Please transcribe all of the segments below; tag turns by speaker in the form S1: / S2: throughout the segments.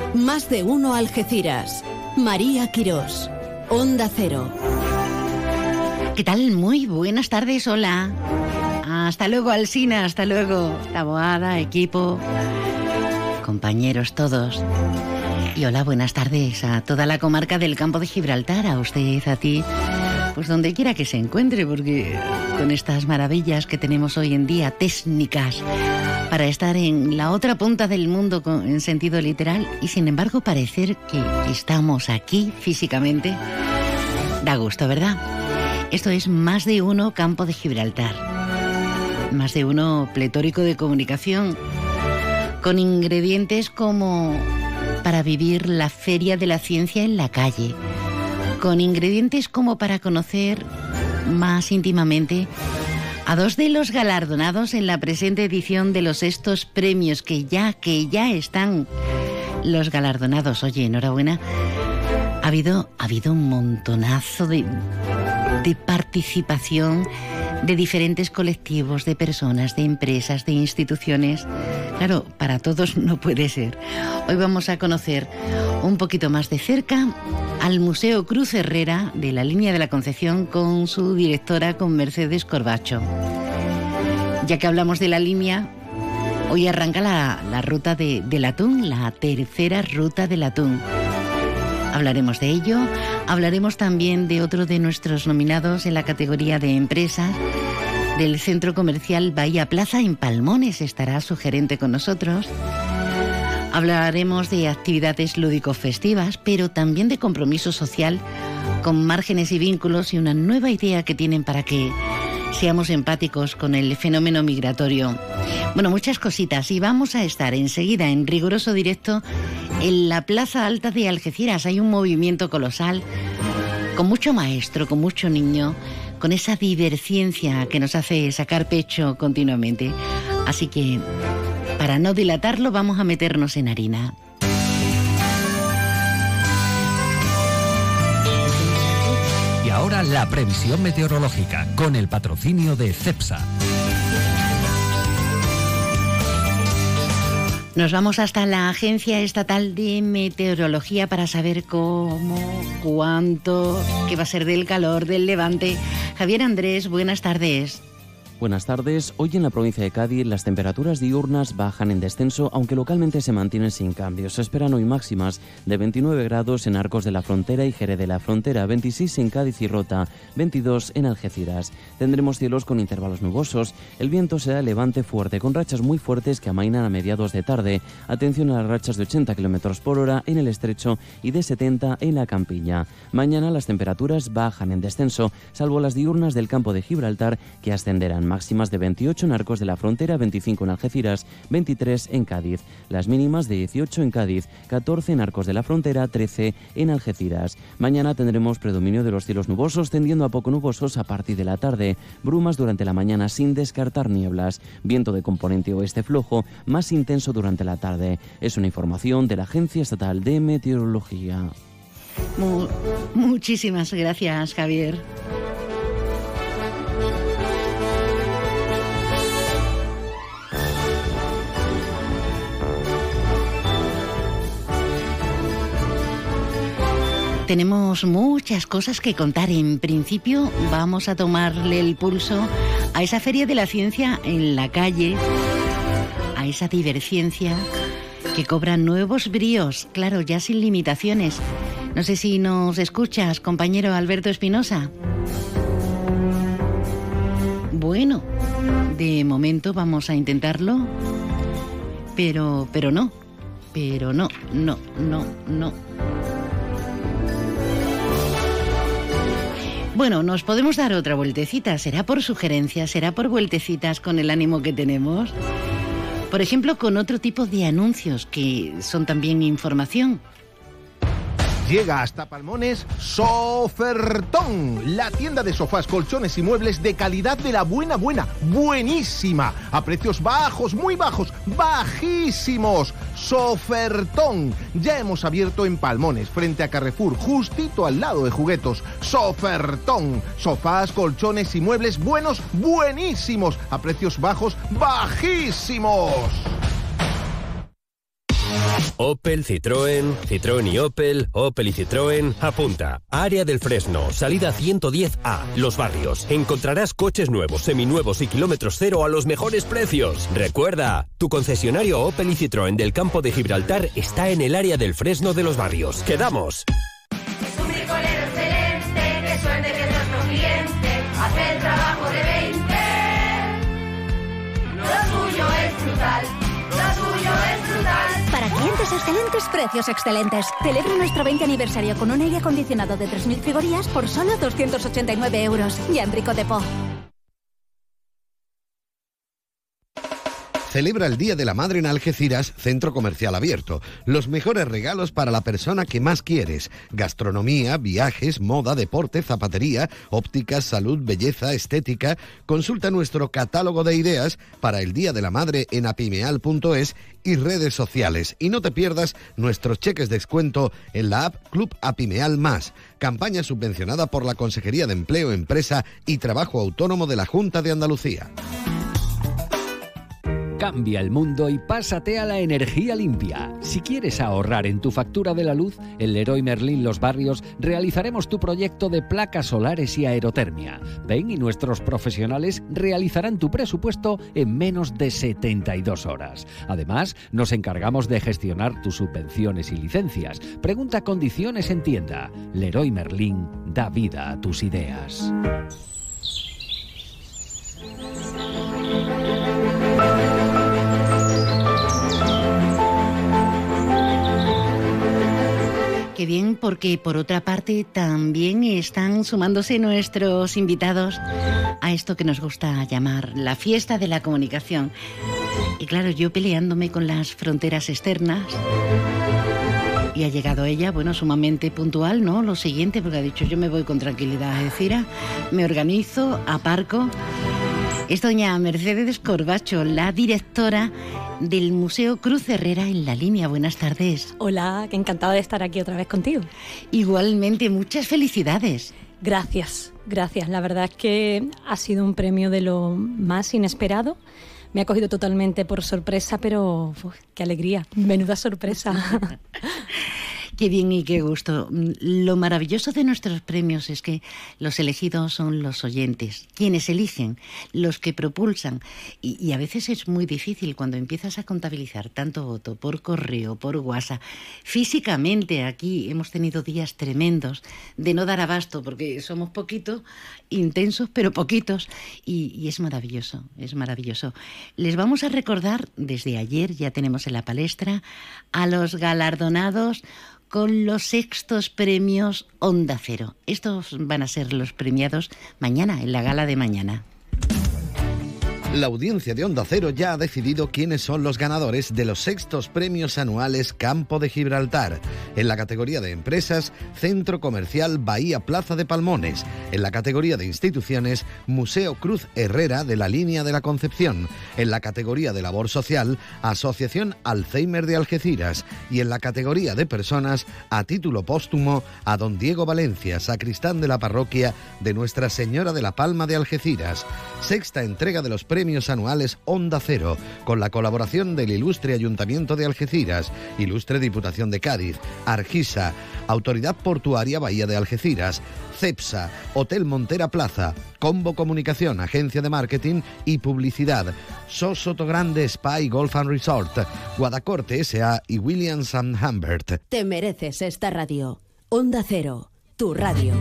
S1: Más de uno Algeciras. María Quirós. Onda Cero.
S2: ¿Qué tal? Muy buenas tardes, hola. Hasta luego, Alsina, hasta luego. Taboada, equipo, compañeros todos. Y hola, buenas tardes a toda la comarca del Campo de Gibraltar, a usted, a ti, pues donde quiera que se encuentre, porque con estas maravillas que tenemos hoy en día, técnicas, para estar en la otra punta del mundo en sentido literal, y sin embargo parecer que estamos aquí físicamente, da gusto, ¿verdad? Esto es Más de Uno Campo de Gibraltar. Más de uno pletórico de comunicación, con ingredientes como para vivir la Feria de la Ciencia en la calle, con ingredientes como para conocer más íntimamente a dos de los galardonados en la presente edición de los estos premios que ya están los galardonados. Oye, enhorabuena. Ha habido un montonazo de participación de diferentes colectivos, de personas, de empresas, de instituciones. Claro, para todos no puede ser. Hoy vamos a conocer un poquito más de cerca al Museo Cruz Herrera de la Línea de la Concepción con su directora, con Mercedes Corbacho. Ya que hablamos de la línea, hoy arranca la ruta del atún, la tercera ruta del atún. Hablaremos de ello, hablaremos también de otro de nuestros nominados en la categoría de empresas, del Centro Comercial Bahía Plaza en Palmones. Estará su gerente con nosotros. Hablaremos de actividades lúdico-festivas, pero también de compromiso social con márgenes y vínculos y una nueva idea que tienen para que seamos empáticos con el fenómeno migratorio. Bueno, muchas cositas, y vamos a estar enseguida en riguroso directo en la Plaza Alta de Algeciras. Hay un movimiento colosal, con mucho maestro, con mucho niño, con esa diverciencia que nos hace sacar pecho continuamente. Así que, para no dilatarlo, vamos a meternos en harina.
S3: Y ahora la previsión meteorológica, con el patrocinio de Cepsa.
S2: Nos vamos hasta la Agencia Estatal de Meteorología para saber cómo, cuánto, qué va a ser del calor, del levante. Javier Andrés, buenas tardes.
S4: Buenas tardes. Hoy en la provincia de Cádiz las temperaturas diurnas bajan en descenso, aunque localmente se mantienen sin cambios. Se esperan hoy máximas de 29 grados en Arcos de la Frontera y Jerez de la Frontera, 26 en Cádiz y Rota, 22 en Algeciras. Tendremos cielos con intervalos nubosos. El viento será levante fuerte, con rachas muy fuertes que amainan a mediados de tarde. Atención a las rachas de 80 km por hora en el estrecho y de 70 en la campiña. Mañana las temperaturas bajan en descenso, salvo las diurnas del Campo de Gibraltar, que ascenderán. Máximas de 28 en Arcos de la Frontera, 25 en Algeciras, 23 en Cádiz. Las mínimas de 18 en Cádiz, 14 en Arcos de la Frontera, 13 en Algeciras. Mañana tendremos predominio de los cielos nubosos, tendiendo a poco nubosos a partir de la tarde. Brumas durante la mañana sin descartar nieblas. Viento de componente oeste flojo, más intenso durante la tarde. Es una información de la Agencia Estatal de Meteorología.
S2: Muchísimas gracias, Javier. Tenemos muchas cosas que contar. En principio vamos a tomarle el pulso a esa Feria de la Ciencia en la calle, a esa diverciencia que cobra nuevos bríos, claro, ya sin limitaciones. No sé si nos escuchas, compañero Alberto Espinosa. Bueno, de momento vamos a intentarlo, pero no. Bueno, nos podemos dar otra vueltecita. ¿Será por sugerencias? ¿Será por vueltecitas con el ánimo que tenemos? Por ejemplo, con otro tipo de anuncios que son también información.
S5: Llega hasta Palmones Sofertón, la tienda de sofás, colchones y muebles de calidad de la buenísima, a precios bajos, muy bajos, bajísimos. Sofertón, ya hemos abierto en Palmones, frente a Carrefour, justito al lado de Juguetos. Sofertón, sofás, colchones y muebles buenos, buenísimos, a precios bajos, bajísimos.
S6: Opel, Citroën, Citroën y Opel, Opel y Citroën. Apunta. Área del Fresno, salida 110A, Los Barrios. Encontrarás coches nuevos, seminuevos y kilómetros cero a los mejores precios. Recuerda, tu concesionario Opel y Citroën del campo de Gibraltar está en el área del Fresno de Los Barrios. ¡Quedamos!
S7: Es un bricolero excelente, qué suerte que es nuestro cliente. Hace el trabajo de 20. Lo suyo es brutal.
S8: Para clientes excelentes, precios excelentes. Celebra nuestro 20 aniversario con un aire acondicionado de 3.000 frigorías por solo 289 euros. Ya en Brico Depot.
S9: Celebra el Día de la Madre en Algeciras, centro comercial abierto. Los mejores regalos para la persona que más quieres. Gastronomía, viajes, moda, deporte, zapatería, ópticas, salud, belleza, estética. Consulta nuestro catálogo de ideas para el Día de la Madre en apimeal.es y redes sociales. Y no te pierdas nuestros cheques de descuento en la app Club Apimeal Más. Campaña subvencionada por la Consejería de Empleo, Empresa y Trabajo Autónomo de la Junta de Andalucía.
S3: Cambia el mundo y pásate a la energía limpia. Si quieres ahorrar en tu factura de la luz, en Leroy Merlin Los Barrios realizaremos tu proyecto de placas solares y aerotermia. Ven y nuestros profesionales realizarán tu presupuesto en menos de 72 horas. Además, nos encargamos de gestionar tus subvenciones y licencias. Pregunta condiciones en tienda. Leroy Merlin da vida a tus ideas.
S2: Qué bien, porque por otra parte también están sumándose nuestros invitados a esto que nos gusta llamar la fiesta de la comunicación. Y claro, yo peleándome con las fronteras externas, y ha llegado ella, bueno, sumamente puntual, ¿no? Lo siguiente, porque ha dicho, yo me voy con tranquilidad a Algeciras, me organizo, aparco. Es doña Mercedes Corbacho, la directora del Museo Cruz Herrera en La Línea. Buenas tardes.
S10: Hola, que encantada de estar aquí otra vez contigo.
S2: Igualmente, muchas felicidades.
S10: Gracias. La verdad es que ha sido un premio de lo más inesperado. Me ha cogido totalmente por sorpresa, pero qué alegría, menuda sorpresa.
S2: Qué bien y qué gusto. Lo maravilloso de nuestros premios es que los elegidos son los oyentes, quienes eligen, los que propulsan. Y a veces es muy difícil cuando empiezas a contabilizar tanto voto por correo, por WhatsApp. Físicamente aquí hemos tenido días tremendos de no dar abasto, porque somos poquitos, intensos, pero poquitos. Y es maravilloso, es maravilloso. Les vamos a recordar, desde ayer ya tenemos en la palestra, a los galardonados con los 6º premios Onda Cero. Estos van a ser los premiados mañana, en la gala de mañana.
S9: La audiencia de Onda Cero ya ha decidido quiénes son los ganadores de los 6º premios anuales Campo de Gibraltar. En la categoría de empresas, Centro Comercial Bahía Plaza de Palmones. En la categoría de instituciones, Museo Cruz Herrera de la Línea de la Concepción. En la categoría de labor social, Asociación Alzheimer de Algeciras. Y en la categoría de personas, a título póstumo, a don Diego Valencia, sacristán de la parroquia de Nuestra Señora de la Palma de Algeciras. 6ª entrega de los premios anuales Onda Cero, con la colaboración del Ilustre Ayuntamiento de Algeciras, Ilustre Diputación de Cádiz, Argisa, Autoridad Portuaria Bahía de Algeciras, CEPSA, Hotel Montera Plaza, Combo Comunicación, Agencia de Marketing y Publicidad, SOS Sotogrande Spa y Golf and Resort, Guadacorte S.A. y Williams & Humbert.
S1: Te mereces esta radio. Onda Cero, tu radio.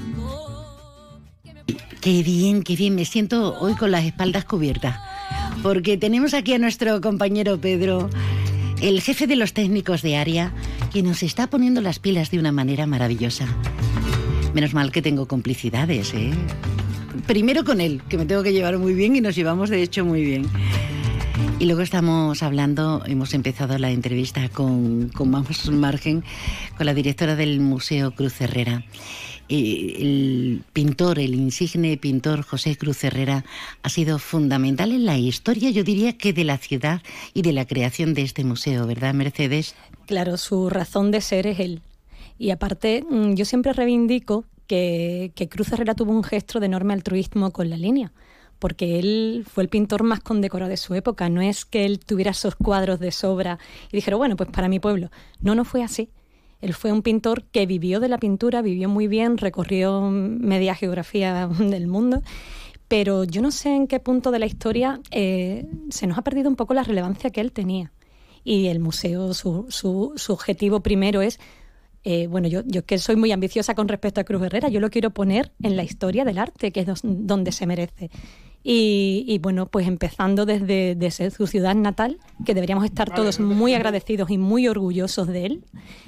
S2: Qué bien, me siento hoy con las espaldas cubiertas, porque tenemos aquí a nuestro compañero Pedro, el jefe de los técnicos de área, que nos está poniendo las pilas de una manera maravillosa. Menos mal que tengo complicidades, ¿eh? Primero con él, que me tengo que llevar muy bien y nos llevamos de hecho muy bien. Y luego estamos hablando, hemos empezado la entrevista con más margen, con la directora del Museo Cruz Herrera. El pintor, el insigne pintor José Cruz Herrera ha sido fundamental en la historia, yo diría que de la ciudad y de la creación de este museo, ¿verdad, Mercedes?
S10: Claro, su razón de ser es él. Y aparte, yo siempre reivindico que Cruz Herrera tuvo un gesto de enorme altruismo con La Línea, porque él fue el pintor más condecorado de su época. No es que él tuviera esos cuadros de sobra y dijera, bueno, pues para mi pueblo. No fue así. Él fue un pintor que vivió de la pintura, vivió muy bien, recorrió media geografía del mundo, pero yo no sé en qué punto de la historia se nos ha perdido un poco la relevancia que él tenía. Y el museo, su objetivo primero es, yo que soy muy ambiciosa con respecto a Cruz Herrera, yo lo quiero poner en la historia del arte, que es donde se merece. Y bueno, pues empezando desde su ciudad natal, que deberíamos estar todos muy agradecidos y muy orgullosos de él.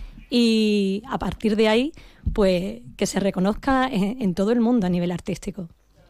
S10: Y a partir de ahí, pues que se reconozca en todo el mundo a nivel artístico.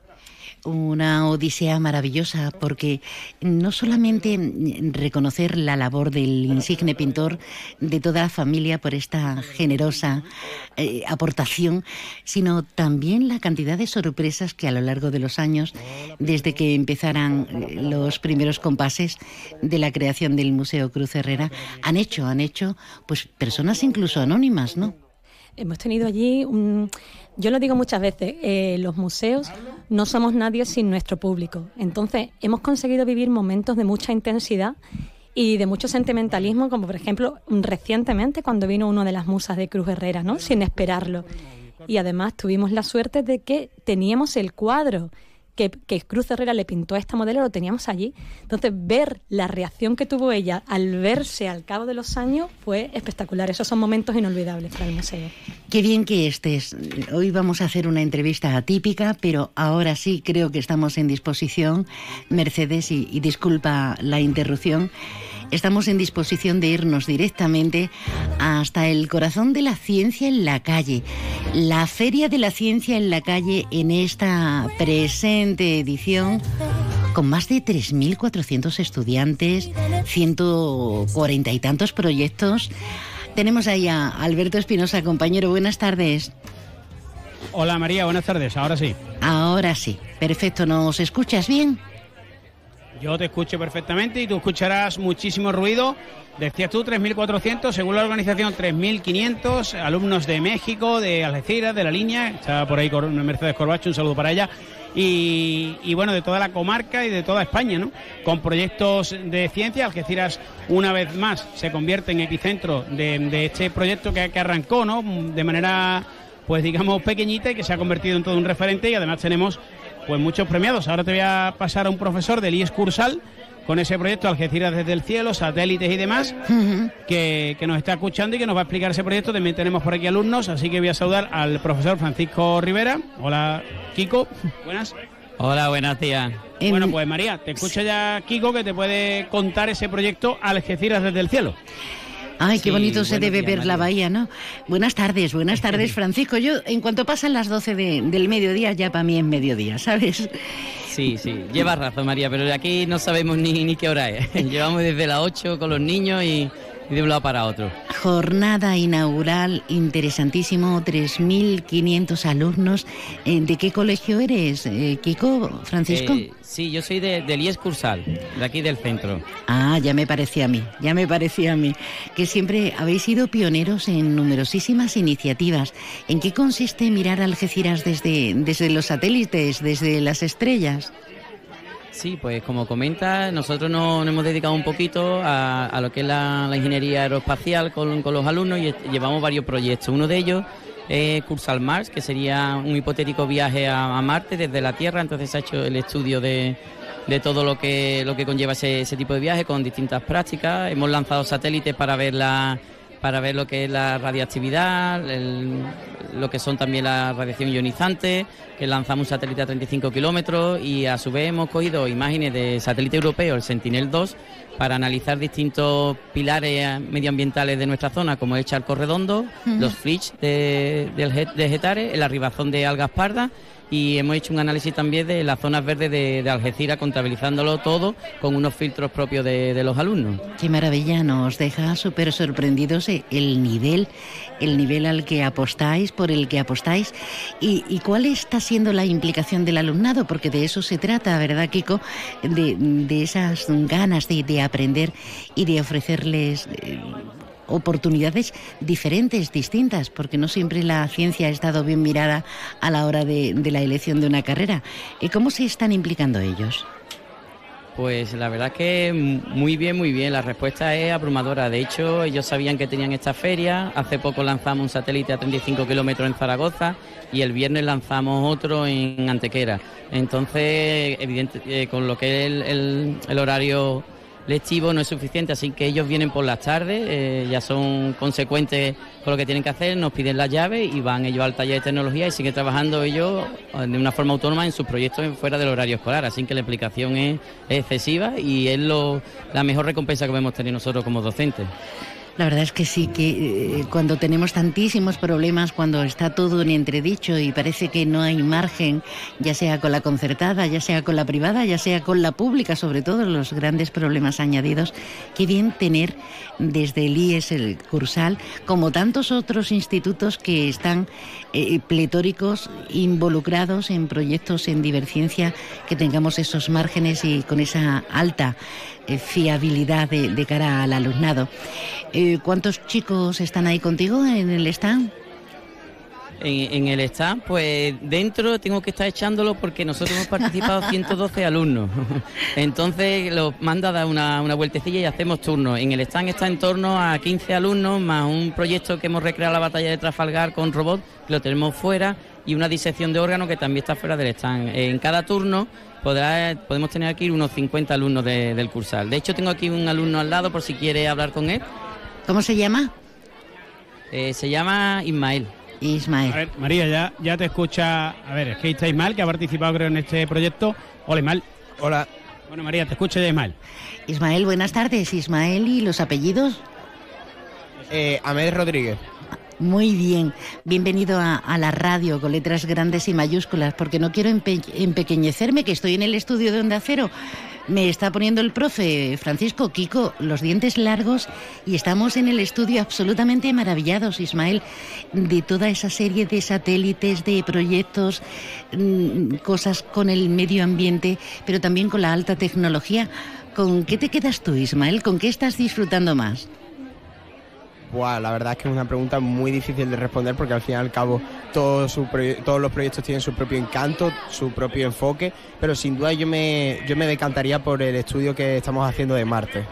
S2: Una odisea maravillosa, porque no solamente reconocer la labor del insigne pintor, de toda la familia por esta generosa aportación, sino también la cantidad de sorpresas que a lo largo de los años, desde que empezaran los primeros compases de la creación del Museo Cruz Herrera, han hecho pues personas incluso anónimas, ¿no?
S10: Hemos tenido allí, yo lo digo muchas veces, los museos no somos nadie sin nuestro público. Entonces, hemos conseguido vivir momentos de mucha intensidad y de mucho sentimentalismo, como por ejemplo, recientemente cuando vino una de las musas de Cruz Herrera, ¿no? Sin esperarlo. Y además tuvimos la suerte de que teníamos el cuadro que Cruz Herrera le pintó a esta modelo, lo teníamos allí. Entonces, ver la reacción que tuvo ella al verse al cabo de los años fue espectacular. Esos son momentos inolvidables para el museo.
S2: Qué bien que estés. Hoy vamos a hacer una entrevista atípica, pero ahora sí creo que estamos en disposición, Mercedes, y disculpa la interrupción. Estamos en disposición de irnos directamente hasta el corazón de la ciencia en la calle. La Feria de la Ciencia en la Calle en esta presente edición, con más de 3.400 estudiantes, 140 y tantos proyectos. Tenemos ahí a Alberto Espinosa, compañero. Buenas tardes.
S11: Hola María, buenas tardes. Ahora sí.
S2: Ahora sí. Perfecto. ¿Nos escuchas bien?
S11: Yo te escucho perfectamente y tú escucharás muchísimo ruido. Decías tú 3.400, según la organización 3.500 alumnos de México, de Algeciras, de La Línea. Está por ahí Mercedes Corbacho, un saludo para ella. Y bueno, de toda la comarca y de toda España, ¿no? Con proyectos de ciencia. Algeciras, una vez más, se convierte en epicentro de este proyecto que arrancó, ¿no? De manera, pues digamos, pequeñita y que se ha convertido en todo un referente, y además tenemos pues muchos premiados. Ahora te voy a pasar a un profesor del IES Cursal con ese proyecto Algeciras desde el cielo, satélites y demás, que nos está escuchando y que nos va a explicar ese proyecto. También tenemos por aquí alumnos, así que voy a saludar al profesor Francisco Rivera. Hola, Kiko. Buenas.
S12: Hola, buenos días.
S11: Bueno, pues María, te escucha ya Kiko, que te puede contar ese proyecto Algeciras desde el cielo.
S2: Ay, qué bonito se debe ver la bahía, ¿no? Buenas tardes, Francisco. Yo, en cuanto pasan las 12 del mediodía, ya para mí es mediodía, ¿sabes?
S12: Sí, llevas razón, María, pero aquí no sabemos ni qué hora es. Llevamos desde las 8 con los niños y de un lado para otro.
S2: Jornada inaugural, interesantísimo, 3.500 alumnos. ¿De qué colegio eres, Kiko, Francisco?
S12: Sí, yo soy del IES Cursal, de aquí del centro.
S2: Ah, ya me parecía a mí, que siempre habéis sido pioneros en numerosísimas iniciativas. ¿En qué consiste mirar Algeciras desde los satélites, desde las estrellas?
S12: Sí, pues como comenta, nosotros nos hemos dedicado un poquito a lo que es la ingeniería aeroespacial con los alumnos, y llevamos varios proyectos. Uno de ellos es Cursal Mars, que sería un hipotético viaje a Marte desde la Tierra. Entonces se ha hecho el estudio de todo lo que conlleva ese tipo de viaje con distintas prácticas. Hemos lanzado satélites para ver lo que es la radiactividad, lo que son también la radiación ionizante, que lanzamos un satélite a 35 kilómetros, y a su vez hemos cogido imágenes de satélite europeo, el Sentinel-2, para analizar distintos pilares medioambientales de nuestra zona, como el charco redondo, los flitch de Getares, el arribazón de algas pardas, y hemos hecho un análisis también de las zonas verdes de Algeciras, contabilizándolo todo con unos filtros propios de los alumnos.
S2: Qué maravilla, nos deja súper sorprendidos el nivel al que apostáis, por el que apostáis, y cuál está siendo la implicación del alumnado, porque de eso se trata, ¿verdad, Kiko? De esas ganas de aprender y de ofrecerles oportunidades diferentes, distintas, porque no siempre la ciencia ha estado bien mirada a la hora de la elección de una carrera. ¿Cómo se están implicando ellos?
S12: Pues la verdad es que muy bien, la respuesta es abrumadora. De hecho, ellos sabían que tenían esta feria, hace poco lanzamos un satélite a 35 kilómetros en Zaragoza y el viernes lanzamos otro en Antequera. Entonces, con lo que es el horario lectivo no es suficiente, así que ellos vienen por las tardes, ya son consecuentes con lo que tienen que hacer, nos piden las llaves y van ellos al taller de tecnología y siguen trabajando ellos de una forma autónoma en sus proyectos fuera del horario escolar, así que la implicación es excesiva y es la mejor recompensa que podemos tener nosotros como docentes.
S2: La verdad es que sí, que cuando tenemos tantísimos problemas, cuando está todo en entredicho y parece que no hay margen, ya sea con la concertada, ya sea con la privada, ya sea con la pública, sobre todo los grandes problemas añadidos, qué bien tener desde el IES, el Cursal, como tantos otros institutos que están pletóricos, involucrados en proyectos en Diverciencia, que tengamos esos márgenes y con esa alta fiabilidad de cara al alumnado. ¿Cuántos chicos están ahí contigo en el stand?
S12: En el stand, pues dentro tengo que estar echándolo porque nosotros hemos participado 112 alumnos. Entonces los manda a dar una vueltecilla y hacemos turnos. En el stand está en torno a 15 alumnos, más un proyecto que hemos recreado la batalla de Trafalgar con robot, que lo tenemos fuera, y una disección de órganos que también está fuera del stand. En cada turno podemos tener aquí unos 50 alumnos del Cursal. De hecho, tengo aquí un alumno al lado por si quiere hablar con él.
S2: ¿Cómo se llama?
S12: Se llama Ismael.
S2: Ismael.
S11: A ver, María, ya te escucha. A ver, es que está Ismael, que ha participado creo en este proyecto. Hola, Ismael.
S13: Hola.
S11: Bueno, María, te escucha ya Ismael.
S2: Ismael, buenas tardes. Ismael, ¿y los apellidos?
S13: Ahmed Rodríguez.
S2: Muy bien, bienvenido a la radio con letras grandes y mayúsculas, porque no quiero empequeñecerme, que estoy en el estudio de Onda Cero. Me está poniendo el profe Francisco Kiko los dientes largos y estamos en el estudio absolutamente maravillados, Ismael, de toda esa serie de satélites, de proyectos, cosas con el medio ambiente, pero también con la alta tecnología. ¿Con qué te quedas tú, Ismael? ¿Con qué estás disfrutando más?
S13: Buah, la verdad es que es una pregunta muy difícil de responder porque al fin y al cabo todos los proyectos tienen su propio encanto, su propio enfoque, pero sin duda yo me decantaría por el estudio que estamos haciendo de Marte.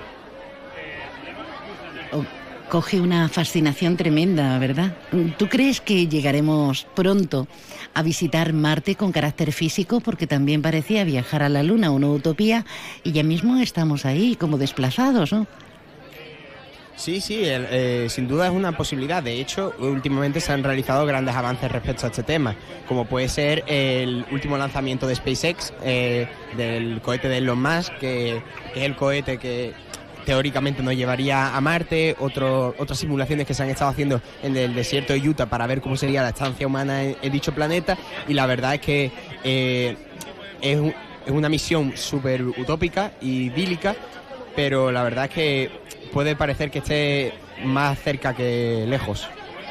S2: Coge una fascinación tremenda, ¿verdad? ¿Tú crees que llegaremos pronto a visitar Marte con carácter físico? Porque también parecía viajar a la Luna, una utopía, y ya mismo estamos ahí como desplazados, ¿no?
S13: Sí, sin duda es una posibilidad. De hecho, últimamente se han realizado grandes avances respecto a este tema, como puede ser el último lanzamiento de SpaceX, del cohete de Elon Musk, que es el cohete que teóricamente nos llevaría a Marte, otras simulaciones que se han estado haciendo en el desierto de Utah para ver cómo sería la estancia humana en dicho planeta, y la verdad es que es una misión súper utópica y idílica, pero la verdad es que puede parecer que esté más cerca que lejos.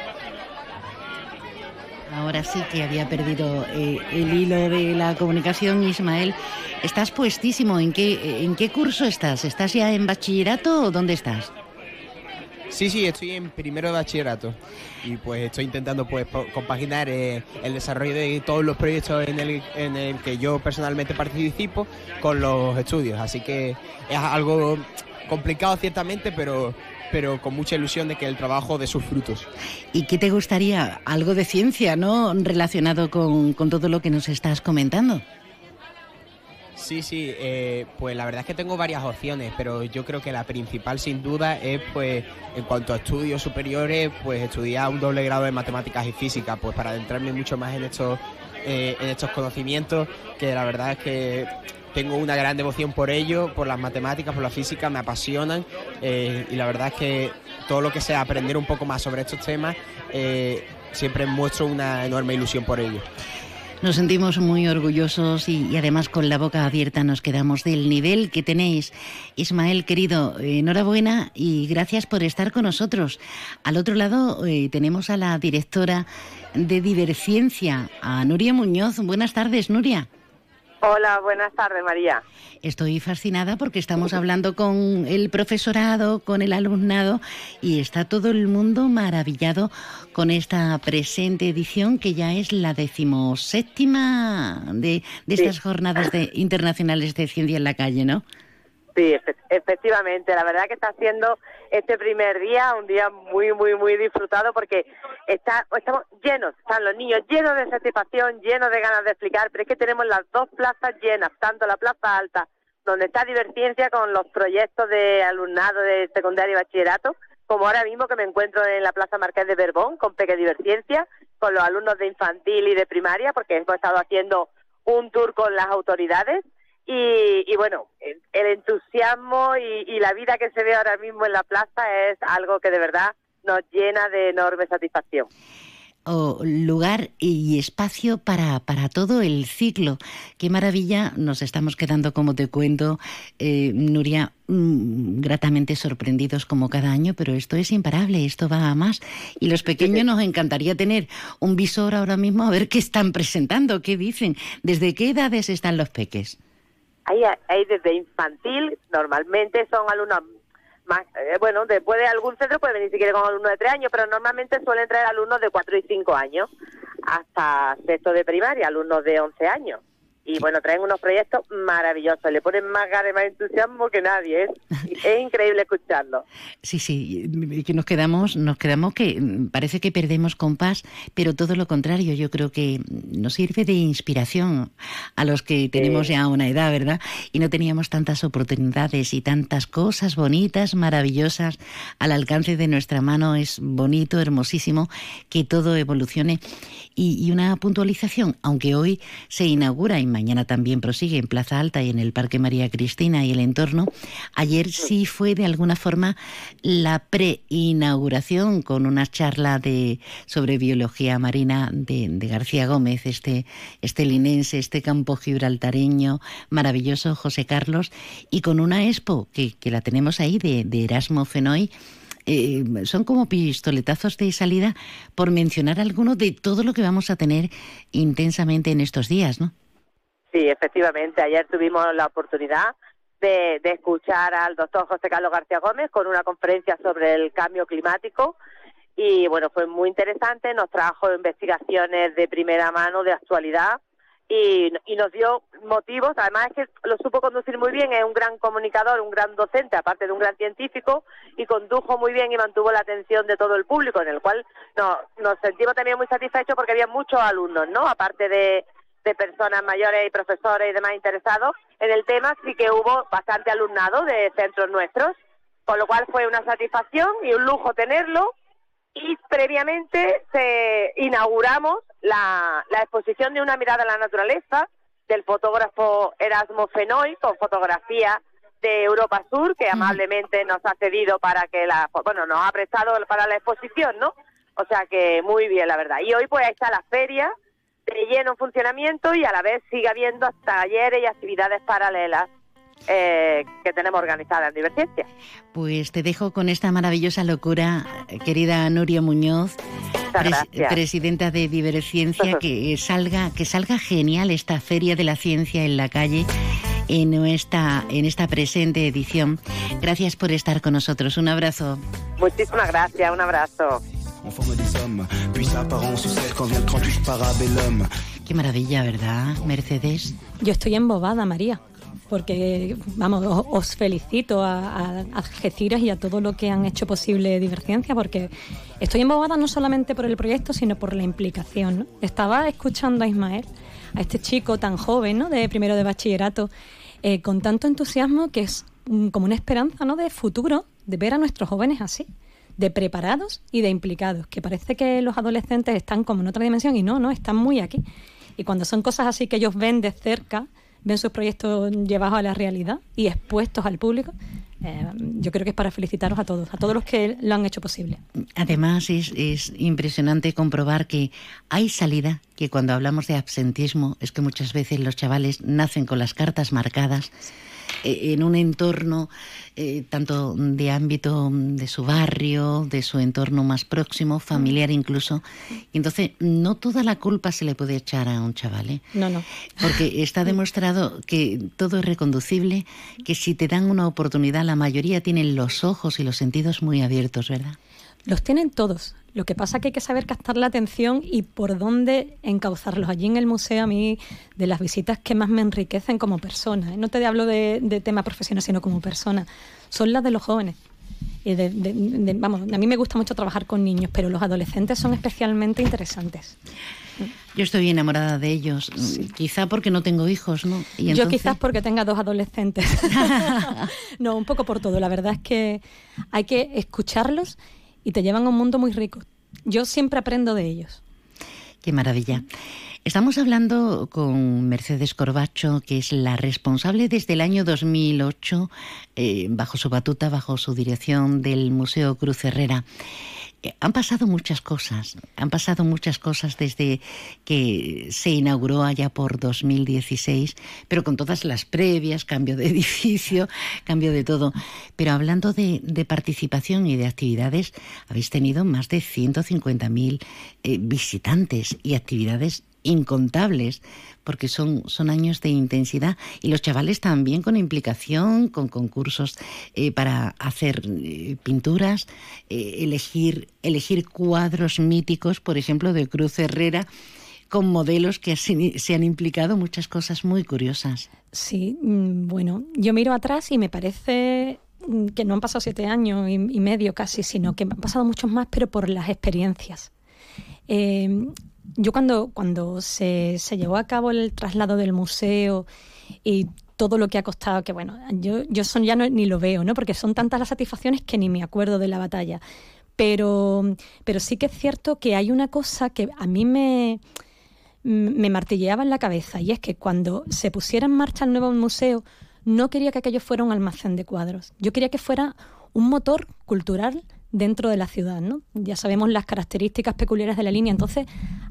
S2: Ahora sí que había perdido el hilo de la comunicación, Ismael. Estás puestísimo. ¿En qué curso estás? ¿Estás ya en bachillerato o dónde estás?
S13: Sí, estoy en primero de bachillerato y pues estoy intentando compaginar el desarrollo de todos los proyectos en el que yo personalmente participo con los estudios, así que es algo complicado ciertamente, pero con mucha ilusión de que el trabajo dé sus frutos.
S2: ¿Y qué te gustaría? Algo de ciencia, ¿no? Relacionado con todo lo que nos estás comentando.
S13: Sí, pues la verdad es que tengo varias opciones, pero yo creo que la principal sin duda es, pues, en cuanto a estudios superiores, pues estudiar un doble grado de matemáticas y física, pues para adentrarme mucho más en estos conocimientos, que la verdad es que tengo una gran devoción por ello, por las matemáticas, por la física, me apasionan, y la verdad es que todo lo que sea aprender un poco más sobre estos temas, siempre muestro una enorme ilusión por ello.
S2: Nos sentimos muy orgullosos y además con la boca abierta nos quedamos del nivel que tenéis. Ismael, querido, enhorabuena y gracias por estar con nosotros. Al otro lado tenemos a la directora de Diverciencia, a Nuria Muñoz. Buenas tardes, Nuria.
S14: Hola, buenas tardes, María.
S2: Estoy fascinada porque estamos hablando con el profesorado, con el alumnado, y está todo el mundo maravillado con esta presente edición, que ya es la 17ª de estas jornadas internacionales de ciencia en la calle, ¿no?
S14: Sí, efectivamente. La verdad que está siendo este primer día un día muy, muy, muy disfrutado, porque estamos llenos, están los niños llenos de satisfacción, llenos de ganas de explicar, pero es que tenemos las dos plazas llenas, tanto la plaza alta, donde está Diverciencia con los proyectos de alumnado de secundaria y bachillerato, como ahora mismo que me encuentro en la Plaza Marqués de Berbón con Peque Diverciencia, con los alumnos de infantil y de primaria, porque hemos estado haciendo un tour con las autoridades. Y bueno, el entusiasmo y la vida que se ve ahora mismo en la plaza es algo que de verdad nos llena de enorme satisfacción.
S2: Lugar y espacio para todo el ciclo. Qué maravilla, nos estamos quedando, como te cuento, Nuria, gratamente sorprendidos como cada año, pero esto es imparable, esto va a más. Y los pequeños nos encantaría tener un visor ahora mismo a ver qué están presentando, qué dicen. ¿Desde qué edades están los peques?
S14: Hay desde infantil, normalmente son alumnos más, después de algún centro puede venir si quiere con alumnos de 3 años, pero normalmente suelen traer alumnos de 4 y 5 años, hasta sexto de primaria, alumnos de 11 años. Y bueno, traen unos proyectos maravillosos, le ponen más ganas y más entusiasmo que nadie, es increíble escucharlo.
S2: Sí, que nos quedamos que parece que perdemos compás, pero todo lo contrario, yo creo que nos sirve de inspiración a los que tenemos ya una edad, ¿verdad? Y no teníamos tantas oportunidades y tantas cosas bonitas, maravillosas al alcance de nuestra mano. Es bonito, hermosísimo que todo evolucione. Y una puntualización, aunque hoy se inaugura y mañana también prosigue en Plaza Alta y en el Parque María Cristina y el entorno, ayer sí fue de alguna forma la preinauguración con una charla sobre biología marina de García Gómez, este linense, este campo gibraltareño maravilloso, José Carlos, y con una expo que la tenemos ahí de Erasmo Fenoy. Son como pistoletazos de salida, por mencionar alguno de todo lo que vamos a tener intensamente en estos días, ¿no?
S14: Sí, efectivamente. Ayer tuvimos la oportunidad de escuchar al doctor José Carlos García Gómez con una conferencia sobre el cambio climático y bueno, fue muy interesante, nos trajo investigaciones de primera mano, de actualidad, y nos dio motivos. Además es que lo supo conducir muy bien, es un gran comunicador, un gran docente, aparte de un gran científico, y condujo muy bien y mantuvo la atención de todo el público, en el cual nos sentimos también muy satisfechos porque había muchos alumnos, ¿no? Aparte de personas mayores y profesores y demás interesados en el tema, sí que hubo bastante alumnado de centros nuestros, con lo cual fue una satisfacción y un lujo tenerlo. Y previamente inauguramos la exposición de una mirada a la naturaleza del fotógrafo Erasmo Fenoy, con fotografía de Europa Sur, que amablemente nos ha cedido para que nos ha prestado para la exposición, ¿no? O sea que muy bien, la verdad. Y hoy pues ahí está la feria de lleno en funcionamiento y a la vez sigue habiendo talleres y actividades paralelas que tenemos organizadas en Diverciencia.
S2: Pues te dejo con esta maravillosa locura, querida Nuria Muñoz, presidenta de Diverciencia, que salga genial esta Feria de la Ciencia en la calle en esta presente edición. Gracias por estar con nosotros. Un abrazo.
S14: Muchísimas gracias, un abrazo.
S2: Qué maravilla, ¿verdad, Mercedes?
S10: Yo estoy embobada, María, porque, vamos, os felicito a Algeciras y a todo lo que han hecho posible Diverciencia, porque estoy embobada no solamente por el proyecto, sino por la implicación, ¿no? Estaba escuchando a Ismael, a este chico tan joven, ¿no?, de primero de bachillerato, con tanto entusiasmo, que es como una esperanza, ¿no?, de futuro, de ver a nuestros jóvenes así, de preparados y de implicados, que parece que los adolescentes están como en otra dimensión y no, están muy aquí. Y cuando son cosas así que ellos ven de cerca, ven sus proyectos llevados a la realidad y expuestos al público, yo creo que es para felicitaros a todos los que lo han hecho posible.
S2: Además es impresionante comprobar que hay salida, que cuando hablamos de absentismo es que muchas veces los chavales nacen con las cartas marcadas, en un entorno tanto de ámbito de su barrio, de su entorno más próximo, familiar incluso. Y entonces no toda la culpa se le puede echar a un chaval, ¿eh?
S10: No.
S2: Porque está demostrado que todo es reconducible, que si te dan una oportunidad, la mayoría tienen los ojos y los sentidos muy abiertos, ¿verdad?
S10: Los tienen todos. Lo que pasa es que hay que saber captar la atención y por dónde encauzarlos. Allí en el museo, a mí, de las visitas que más me enriquecen como persona, no te hablo de tema profesional, sino como persona, son las de los jóvenes. Vamos, a mí me gusta mucho trabajar con niños, pero los adolescentes son especialmente interesantes.
S2: Yo estoy enamorada de ellos, quizá porque no tengo hijos, ¿no? Y entonces...
S10: Yo quizás porque tenga 2 adolescentes. No, un poco por todo. La verdad es que hay que escucharlos y te llevan a un mundo muy rico. Yo siempre aprendo de ellos.
S2: Qué maravilla. Estamos hablando con Mercedes Corbacho, que es la responsable desde el año 2008, bajo su batuta, bajo su dirección, del Museo Cruz Herrera. Han pasado muchas cosas desde que se inauguró allá por 2016, pero con todas las previas, cambio de edificio, cambio de todo. Pero hablando de participación y de actividades, habéis tenido más de 150.000 visitantes y actividades incontables, porque son años de intensidad, y los chavales también con implicación, con concursos para hacer pinturas, elegir cuadros míticos, por ejemplo, de Cruz Herrera, con modelos que se han implicado, muchas cosas muy curiosas.
S10: Sí, bueno, yo miro atrás y me parece que no han pasado 7 años y medio casi, sino que han pasado muchos más, pero por las experiencias. Yo cuando se llevó a cabo el traslado del museo y todo lo que ha costado, que bueno, yo son ya ni lo veo, ¿no? Porque son tantas las satisfacciones que ni me acuerdo de la batalla. Pero sí que es cierto que hay una cosa que a mí me martilleaba en la cabeza, y es que cuando se pusiera en marcha el nuevo museo, no quería que aquello fuera un almacén de cuadros. Yo quería que fuera un motor cultural dentro de la ciudad, ¿no? Ya sabemos las características peculiares de la línea, entonces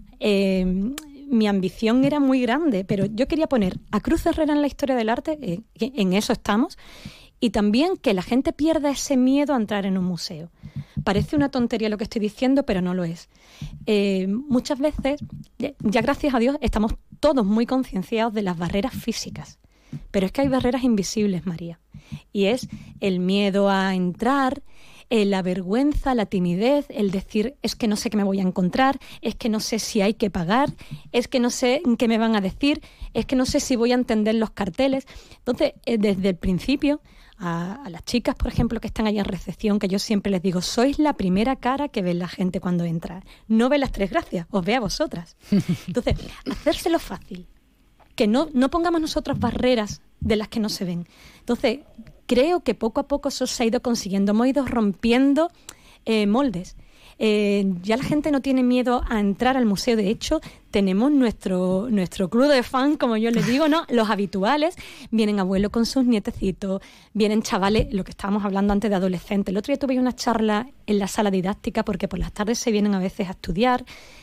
S10: mi ambición era muy grande, pero yo quería poner a Cruz Herrera en la historia del arte, en eso estamos, y también que la gente pierda ese miedo a entrar en un museo. Parece una tontería lo que estoy diciendo, pero no lo es. Muchas veces, ya gracias a Dios, estamos todos muy concienciados de las barreras físicas, pero es que hay barreras invisibles, María, y es el miedo a entrar, la vergüenza, la timidez, el decir es que no sé qué me voy a encontrar, es que no sé si hay que pagar, es que no sé qué me van a decir, es que no sé si voy a entender los carteles. Entonces, desde el principio, a las chicas, por ejemplo, que están allí en recepción, que yo siempre les digo, sois la primera cara que ve la gente cuando entra. No ve las 3 gracias, os ve a vosotras. Entonces, hacérselo fácil, que no pongamos nosotros barreras de las que no se ven. Entonces, creo que poco a poco eso se ha ido consiguiendo. Hemos ido rompiendo moldes. Ya la gente no tiene miedo a entrar al museo. De hecho, tenemos nuestro club de fans, como yo les digo, ¿no? Los habituales. Vienen abuelos con sus nietecitos, vienen chavales, lo que estábamos hablando antes de adolescentes. El otro día tuve una charla en la sala didáctica, porque por las tardes se vienen a veces a estudiar.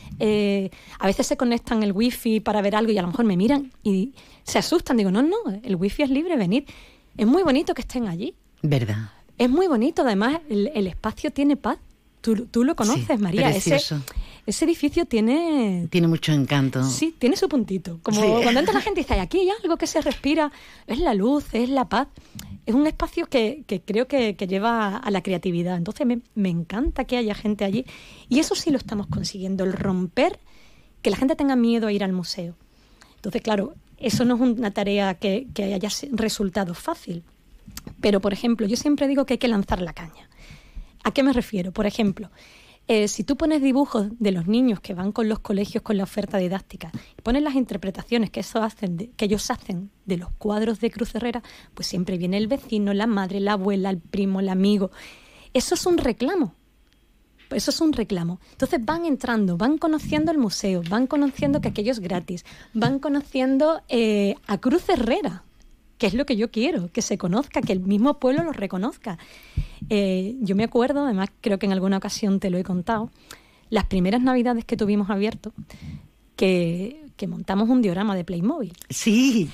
S10: A veces se conectan el wifi para ver algo y a lo mejor me miran y se asustan. Digo, no, el wifi es libre, venid. Es muy bonito que estén allí.
S2: ¿Verdad?
S10: Es muy bonito, además el espacio tiene paz. Tú lo conoces, sí, María. Ese edificio tiene
S2: mucho encanto.
S10: Sí, tiene su puntito. Como
S2: sí.
S10: Cuando entra la gente y dice, aquí hay algo que se respira, es la luz, es la paz. Es un espacio que creo que lleva a la creatividad. Entonces me encanta que haya gente allí. Y eso sí lo estamos consiguiendo, el romper que la gente tenga miedo a ir al museo. Entonces, claro, eso no es una tarea que haya resultado fácil. Pero, por ejemplo, yo siempre digo que hay que lanzar la caña. ¿A qué me refiero? Por ejemplo, si tú pones dibujos de los niños que van con los colegios con la oferta didáctica y pones las interpretaciones que ellos hacen de los cuadros de Cruz Herrera, pues siempre viene el vecino, la madre, la abuela, el primo, el amigo. Eso es un reclamo. Eso es un reclamo. Entonces van entrando, van conociendo el museo, van conociendo que aquello es gratis, van conociendo a Cruz Herrera, que es lo que yo quiero, que se conozca, que el mismo pueblo lo reconozca. Yo me acuerdo, además creo que en alguna ocasión te lo he contado, las primeras navidades que tuvimos abierto, que montamos un diorama de Playmobil.
S2: Sí.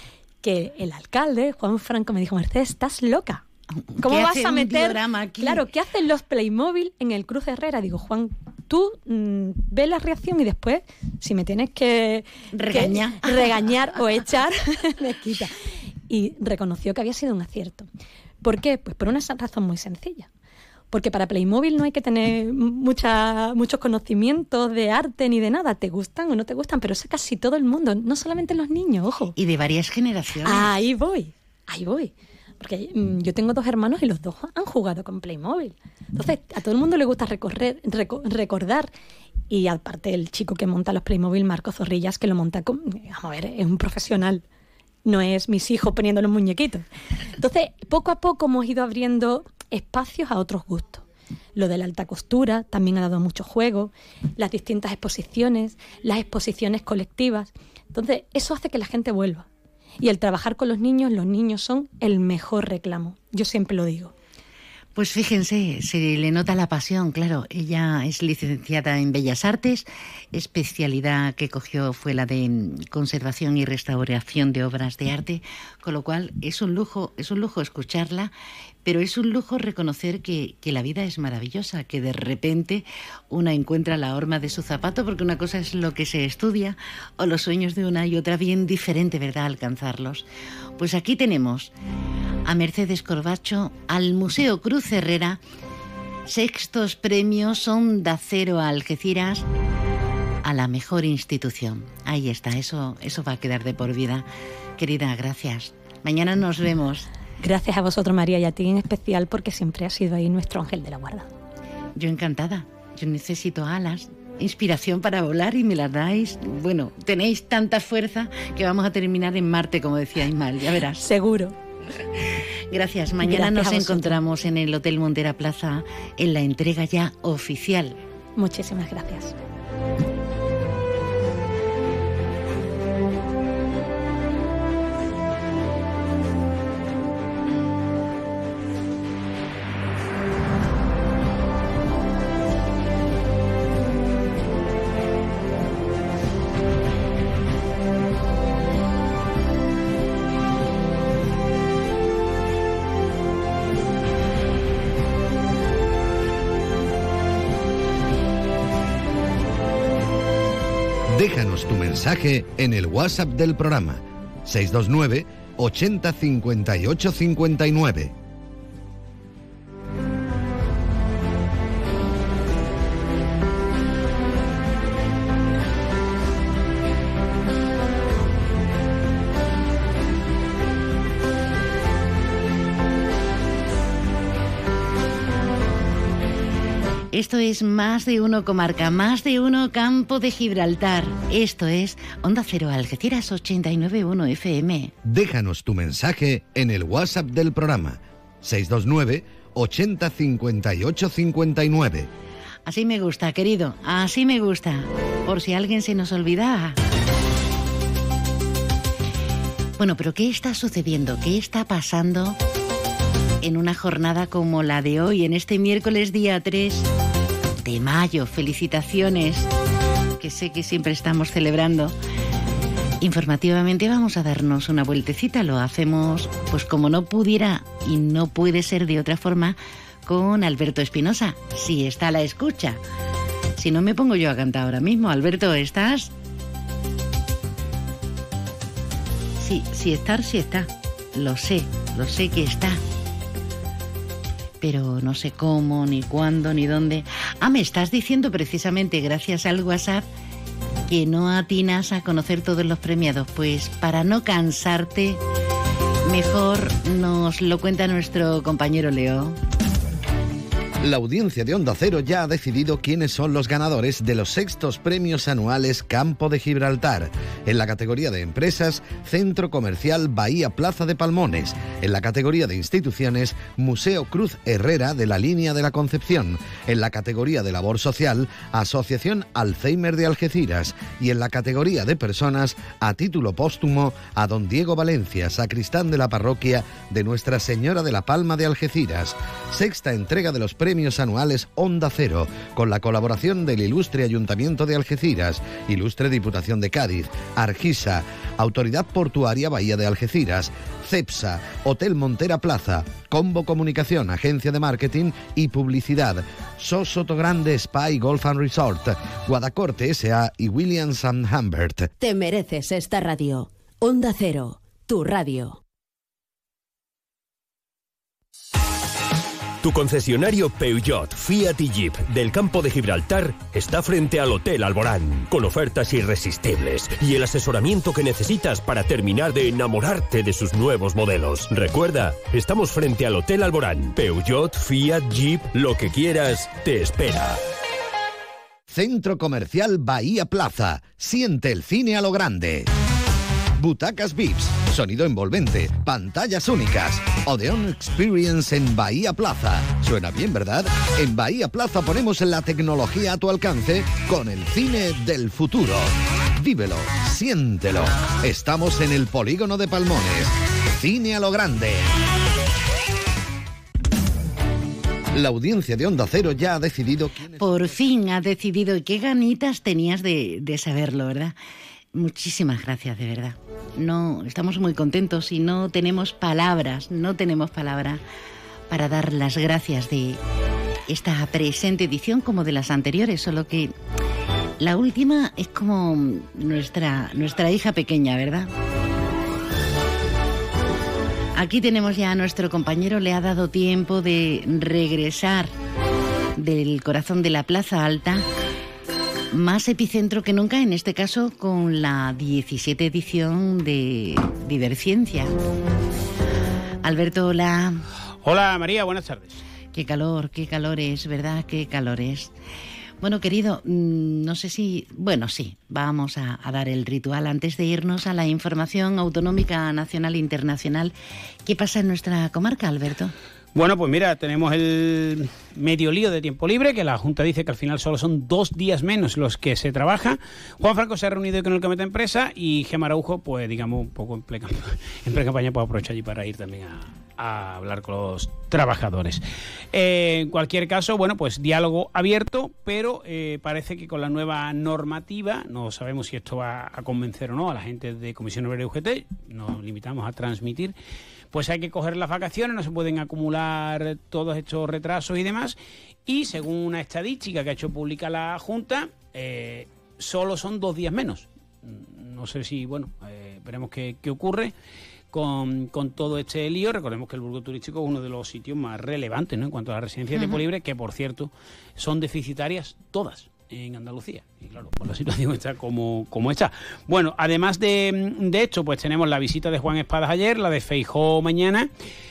S10: que el alcalde, Juan Franco, me dijo: Mercedes, estás loca. ¿Cómo
S2: ¿Qué
S10: vas
S2: hace
S10: a
S2: un
S10: meter?
S2: diorama aquí?
S10: Claro, ¿qué hacen los Playmobil en el Cruz Herrera? Digo, Juan, tú ves la reacción y después, si me tienes que regañar o echar, me quita. Y reconoció que había sido un acierto. ¿Por qué? Pues por una razón muy sencilla. Porque para Playmobil no hay que tener muchos conocimientos de arte ni de nada. Te gustan o no te gustan, pero es casi todo el mundo, no solamente los niños, ojo.
S2: Y de varias generaciones.
S10: Ahí voy. Porque yo tengo 2 hermanos y los 2 han jugado con Playmobil. Entonces, a todo el mundo le gusta recordar. Y aparte, el chico que monta los Playmobil, Marco Zorrillas, que lo monta vamos a ver, es un profesional. No es mis hijos poniendo los muñequitos. Entonces, poco a poco hemos ido abriendo espacios a otros gustos. Lo de la alta costura también ha dado mucho juego, las distintas exposiciones, las exposiciones colectivas. Entonces, eso hace que la gente vuelva. Y el trabajar con los niños son el mejor reclamo. Yo siempre lo digo.
S2: Pues fíjense, se le nota la pasión, claro. Ella es licenciada en Bellas Artes, especialidad que cogió fue la de conservación y restauración de obras de arte, con lo cual es un lujo escucharla, pero es un lujo reconocer que la vida es maravillosa, que de repente una encuentra la horma de su zapato, porque una cosa es lo que se estudia, o los sueños de una y otra bien diferente, ¿verdad?, alcanzarlos. Pues aquí tenemos a Mercedes Corbacho, al Museo Cruz Herrera, 6º premios Onda Cero a Algeciras, a la mejor institución. Ahí está, eso va a quedar de por vida. Querida, gracias. Mañana nos vemos.
S10: Gracias a vosotros, María, y a ti en especial, porque siempre has sido ahí nuestro ángel de la guarda.
S2: Yo encantada. Yo necesito alas, inspiración para volar y me las dais. Bueno, tenéis tanta fuerza que vamos a terminar en Marte, como decía Ismael, ya verás.
S10: Seguro.
S2: Gracias. Mañana
S10: Gracias
S2: nos encontramos en el Hotel Montera Plaza en la entrega ya oficial.
S10: Muchísimas gracias.
S9: Déjanos tu mensaje en el WhatsApp del programa 629 80 58 59.
S2: Esto es Más de Uno Comarca, Más de Uno Campo de Gibraltar. Esto es Onda Cero Algeciras 89.1 FM.
S9: Déjanos tu mensaje en el WhatsApp del programa 629 80 58 59.
S2: Así me gusta, querido, así me gusta. Por si alguien se nos olvidaba. Bueno, pero ¿qué está sucediendo? ¿Qué está pasando en una jornada como la de hoy, en este miércoles día 3 de mayo? Felicitaciones, que sé que siempre estamos celebrando. Informativamente vamos a darnos una vueltecita, lo hacemos pues como no pudiera y no puede ser de otra forma, con Alberto Espinosa, si está a la escucha. Si no, me pongo yo a cantar ahora mismo. Alberto, ¿estás? Sí está. Lo sé que está. Pero no sé cómo, ni cuándo, ni dónde. Me estás diciendo precisamente, gracias al WhatsApp, que no atinas a conocer todos los premiados. Pues para no cansarte, mejor nos lo cuenta nuestro compañero Leo.
S9: La audiencia de Onda Cero ya ha decidido quiénes son los ganadores de los 6º premios anuales Campo de Gibraltar. En la categoría de empresas, Centro Comercial Bahía Plaza de Palmones. En la categoría de instituciones, Museo Cruz Herrera de la Línea de la Concepción. En la categoría de labor social, Asociación Alzheimer de Algeciras. Y en la categoría de personas, a título póstumo, a don Diego Valencia, sacristán de la parroquia de Nuestra Señora de la Palma de Algeciras. 6ª entrega de los premios premios anuales Onda Cero, con la colaboración del Ilustre Ayuntamiento de Algeciras, Ilustre Diputación de Cádiz, Argisa, Autoridad Portuaria Bahía de Algeciras, CEPSA, Hotel Montera Plaza, Combo Comunicación, Agencia de Marketing y Publicidad, SO Sotogrande Spa y Golf and Resort, Guadacorte S.A. y Williams & Humbert.
S1: Te mereces esta radio. Onda Cero, tu radio.
S6: Tu concesionario Peugeot, Fiat y Jeep del campo de Gibraltar está frente al Hotel Alborán, con ofertas irresistibles y el asesoramiento que necesitas para terminar de enamorarte de sus nuevos modelos. Recuerda, estamos frente al Hotel Alborán. Peugeot, Fiat, Jeep, lo que quieras, te espera.
S9: Centro Comercial Bahía Plaza. Siente el cine a lo grande. Butacas VIPs, sonido envolvente, pantallas únicas. Odeon Experience en Bahía Plaza. Suena bien, ¿verdad? En Bahía Plaza ponemos la tecnología a tu alcance con el cine del futuro. Vívelo, siéntelo. Estamos en el Polígono de Palmones. Cine a lo grande. La audiencia de Onda Cero ya ha decidido quién es...
S2: Por fin ha decidido, y qué ganitas tenías de saberlo, ¿verdad? Muchísimas gracias, de verdad. No, estamos muy contentos y no tenemos palabras para dar las gracias de esta presente edición como de las anteriores, solo que la última es como nuestra hija pequeña, ¿verdad? Aquí tenemos ya a nuestro compañero, le ha dado tiempo de regresar del corazón de la Plaza Alta, más epicentro que nunca, en este caso con la 17 edición de Diverciencia. Alberto, hola.
S11: Hola María, buenas tardes.
S2: Qué calor es, ¿verdad? Qué calor es. Bueno, querido, no sé si... Bueno, sí, vamos a dar el ritual antes de irnos a la información autonómica, nacional e internacional. ¿Qué pasa en nuestra comarca, Alberto?
S11: Bueno, pues mira, tenemos el medio lío de tiempo libre, que la Junta dice que al final solo son 2 días menos los que se trabaja. Juan Franco se ha reunido hoy con el Comité de Empresa y Gemma Araujo, pues digamos, un poco en pre-campaña, pues aprovecha allí para ir también a hablar con los trabajadores. En cualquier caso, bueno, pues diálogo abierto, pero parece que con la nueva normativa, no sabemos si esto va a convencer o no a la gente de Comisión Obrera y UGT, nos limitamos a transmitir, pues hay que coger las vacaciones, no se pueden acumular todos estos retrasos y demás, y según una estadística que ha hecho pública la Junta, solo son 2 días menos. No sé si, bueno, veremos qué ocurre con todo este lío. Recordemos que el Burgo Turístico es uno de los sitios más relevantes, ¿no?, en cuanto a las residencias de tiempo libre, que por cierto son deficitarias todas en Andalucía. Y claro, pues la situación está como está. Bueno, además de esto, pues tenemos la visita de Juan Espadas ayer, la de Feijóo mañana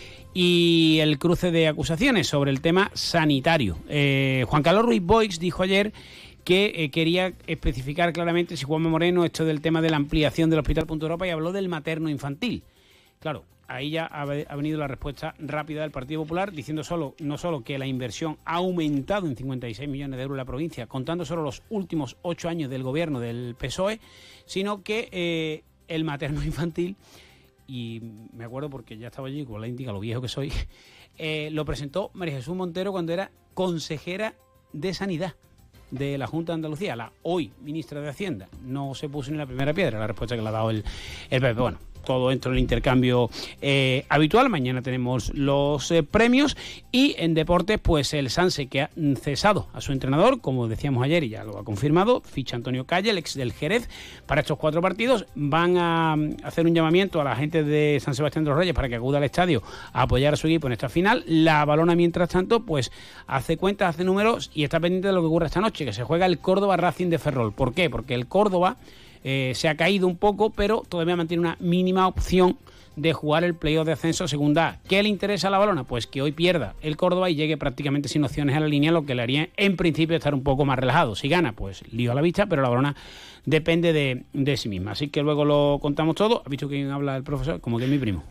S11: y el cruce de acusaciones sobre el tema sanitario. Juan Carlos Ruiz Boix dijo ayer que quería especificar claramente si Juanma Moreno, esto del tema de la ampliación del Hospital Punto Europa, y habló del materno infantil. Claro, ahí ya ha venido la respuesta rápida del Partido Popular, diciendo no solo que la inversión ha aumentado en 56 millones de euros en la provincia, contando solo los últimos 8 años del gobierno del PSOE, sino que el materno infantil, y me acuerdo porque ya estaba allí con la índiga, lo viejo que soy, lo presentó María Jesús Montero cuando era consejera de Sanidad de la Junta de Andalucía, la hoy ministra de Hacienda. No se puso ni la primera piedra, la respuesta que le ha dado el PP. Bueno, todo dentro del intercambio habitual. Mañana tenemos los premios, y en deportes, pues el Sanse, que ha cesado a su entrenador, como decíamos ayer y ya lo ha confirmado, ficha Antonio Calle, el ex del Jerez, para estos 4 partidos. Van a hacer un llamamiento a la gente de San Sebastián de los Reyes para que acuda al estadio a apoyar a su equipo en esta final. La Balona, mientras tanto, pues hace cuentas, hace números y está pendiente de lo que ocurra esta noche, que se juega el Córdoba Racing de Ferrol. ¿Por qué? Porque el Córdoba se ha caído un poco, pero todavía mantiene una mínima opción de jugar el playoff de ascenso a Segunda A. ¿Qué le interesa a la Balona? Pues que hoy pierda el Córdoba y llegue prácticamente sin opciones a la línea, lo que le haría en principio estar un poco más relajado. Si gana, pues lío a la vista, pero la Balona depende de sí misma. Así que luego lo contamos todo. ¿Has visto quién habla el profesor? Como que es mi primo.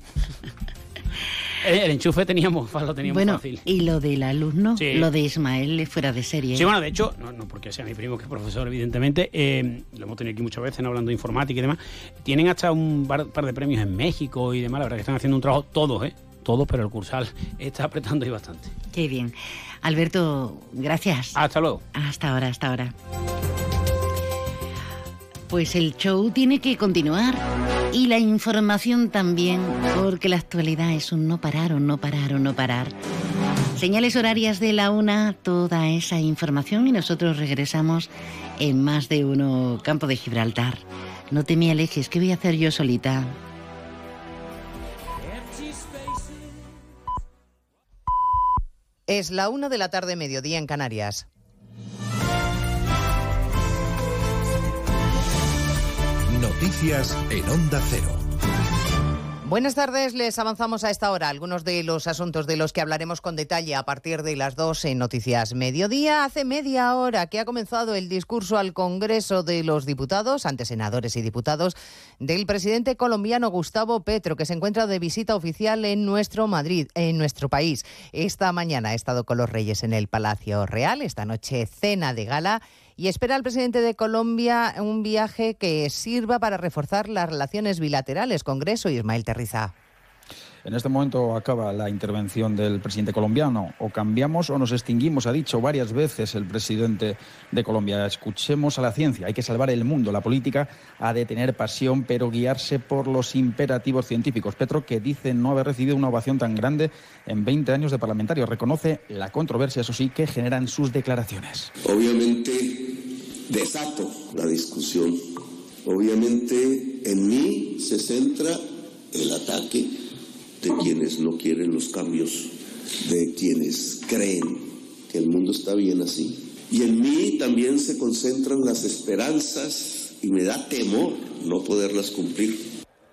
S11: El enchufe lo teníamos
S2: bueno,
S11: fácil.
S2: Y lo del alumno,
S11: sí.
S2: Lo de Ismael es fuera de serie.
S11: Sí, bueno, de hecho, no porque sea mi primo, que es profesor, evidentemente, lo hemos tenido aquí muchas veces, ¿no?, hablando de informática y demás. Tienen hasta un par de premios en México y demás. La verdad que están haciendo un trabajo todos, todos, pero el Cursal está apretando ahí bastante.
S2: Qué bien. Alberto, gracias.
S11: Hasta luego.
S2: Hasta ahora. Pues el show tiene que continuar y la información también, porque la actualidad es un no parar. Señales horarias de la 1, toda esa información, y nosotros regresamos en Más de Uno Campo de Gibraltar. No te me alejes, ¿qué voy a hacer yo solita?
S15: Es la 1 de la tarde, mediodía en Canarias.
S16: Noticias en Onda Cero.
S15: Buenas tardes, les avanzamos a esta hora algunos de los asuntos de los que hablaremos con detalle a partir de las 2 en Noticias Mediodía. Hace media hora que ha comenzado el discurso al Congreso de los Diputados, ante senadores y diputados, del presidente colombiano Gustavo Petro, que se encuentra de visita oficial en nuestro país. Esta mañana ha estado con los reyes en el Palacio Real, esta noche cena de gala, y espera al presidente de Colombia un viaje que sirva para reforzar las relaciones bilaterales. Congreso, Ismael Terriza.
S17: En este momento acaba la intervención del presidente colombiano. O cambiamos o nos extinguimos, ha dicho varias veces el presidente de Colombia. Escuchemos a la ciencia. Hay que salvar el mundo. La política ha de tener pasión, pero guiarse por los imperativos científicos. Petro, que dice no haber recibido una ovación tan grande en 20 años de parlamentario, reconoce la controversia, eso sí, que generan sus declaraciones.
S18: Obviamente desato la discusión. Obviamente en mí se centra el ataque de quienes no quieren los cambios, de quienes creen que el mundo está bien así. Y en mí también se concentran las esperanzas y me da temor no poderlas cumplir.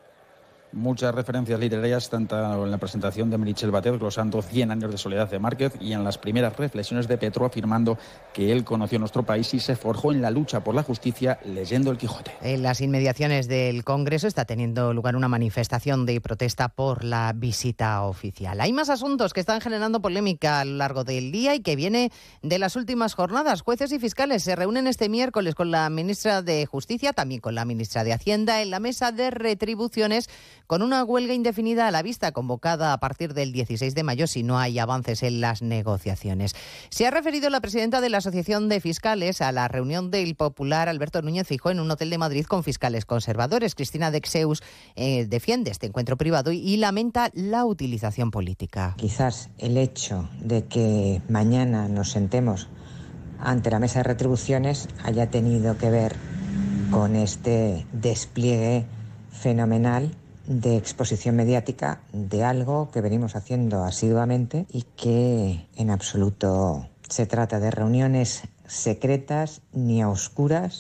S17: Muchas referencias literarias, tanto en la presentación de Meritxell Batet glosando 100 años de soledad de Márquez, y en las primeras reflexiones de Petro afirmando que él conoció nuestro país y se forjó en la lucha por la justicia leyendo El Quijote.
S15: En las inmediaciones del Congreso está teniendo lugar una manifestación de protesta por la visita oficial. Hay más asuntos que están generando polémica a lo largo del día y que viene de las últimas jornadas. Jueces y fiscales se reúnen este miércoles con la ministra de Justicia, también con la ministra de Hacienda, en la mesa de retribuciones, con una huelga indefinida a la vista, convocada a partir del 16 de mayo si no hay avances en las negociaciones. Se ha referido la presidenta de la Asociación de Fiscales a la reunión del popular Alberto Núñez Feijóo en un hotel de Madrid con fiscales conservadores. Cristina Dexeus defiende este encuentro privado y lamenta la utilización política.
S19: Quizás el hecho de que mañana nos sentemos ante la mesa de retribuciones haya tenido que ver con este despliegue fenomenal de exposición mediática de algo que venimos haciendo asiduamente y que en absoluto se trata de reuniones secretas, ni a oscuras,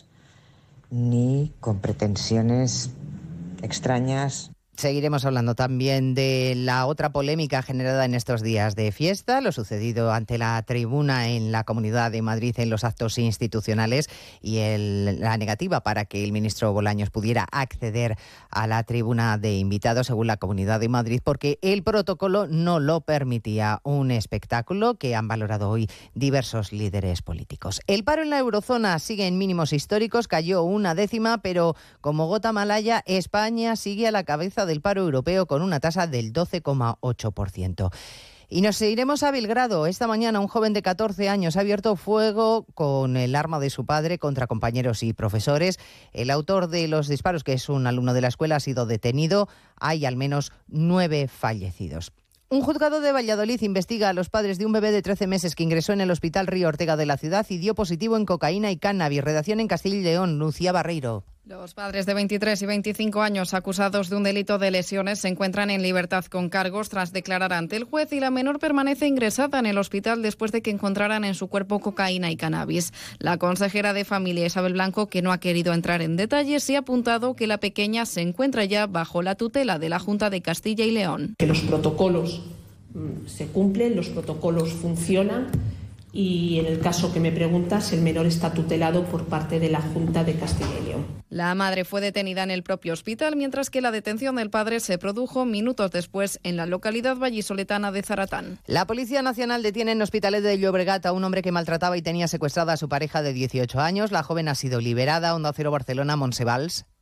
S19: ni con pretensiones extrañas.
S15: Seguiremos hablando también de la otra polémica generada en estos días de fiesta, lo sucedido ante la tribuna en la Comunidad de Madrid en los actos institucionales y la negativa para que el ministro Bolaños pudiera acceder a la tribuna de invitados, según la Comunidad de Madrid, porque el protocolo no lo permitía. Un espectáculo que han valorado hoy diversos líderes políticos. El paro en la eurozona sigue en mínimos históricos, cayó 1/10, pero como gota malaya, España sigue a la cabeza del paro europeo con una tasa del 12,8%. Y nos iremos a Belgrado. Esta mañana un joven de 14 años ha abierto fuego con el arma de su padre contra compañeros y profesores. El autor de los disparos, que es un alumno de la escuela, ha sido detenido. Hay al menos 9 fallecidos. Un juzgado de Valladolid investiga a los padres de un bebé de 13 meses que ingresó en el Hospital Río Ortega de la ciudad y dio positivo en cocaína y cannabis. Redacción en Castilla y León, Lucía Barreiro.
S20: Los padres de 23 y 25 años acusados de un delito de lesiones se encuentran en libertad con cargos tras declarar ante el juez, y la menor permanece ingresada en el hospital después de que encontraran en su cuerpo cocaína y cannabis. La consejera de Familia, Isabel Blanco, que no ha querido entrar en detalles, sí ha apuntado que la pequeña se encuentra ya bajo la tutela de la Junta de Castilla y León.
S21: Que los protocolos se cumplen, los protocolos funcionan. Y en el caso que me preguntas, el menor está tutelado por parte de la Junta de Castilla y León.
S20: La madre fue detenida en el propio hospital, mientras que la detención del padre se produjo minutos después en la localidad vallisoletana de Zaratán.
S15: La Policía Nacional detiene en Hospitalet de Llobregat a un hombre que maltrataba y tenía secuestrada a su pareja de 18 años. La joven ha sido liberada. Onda Cero Barcelona, Montse Valls.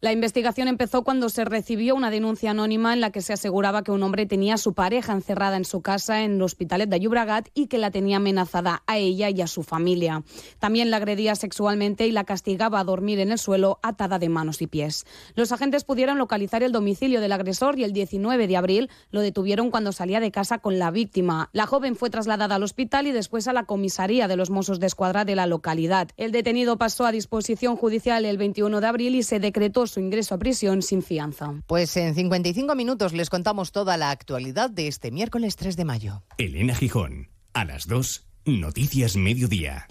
S4: La investigación empezó cuando se recibió una denuncia anónima en la que se aseguraba que un hombre tenía a su pareja encerrada en su casa en el Hospitalet de Llobregat y que la tenía amenazada a ella y a su familia. También la agredía sexualmente y la castigaba a dormir en el suelo atada de manos y pies. Los agentes pudieron localizar el domicilio del agresor y el 19 de abril lo detuvieron cuando salía de casa con la víctima. La joven fue trasladada al hospital y después a la comisaría de los Mossos d'Esquadra de la localidad. El detenido pasó a disposición judicial el 21 de abril y se decretó su ingreso a prisión sin fianza.
S15: Pues en 55 minutos les contamos toda la actualidad de este miércoles 3 de mayo.
S22: Elena Gijón, a las 2, Noticias Mediodía.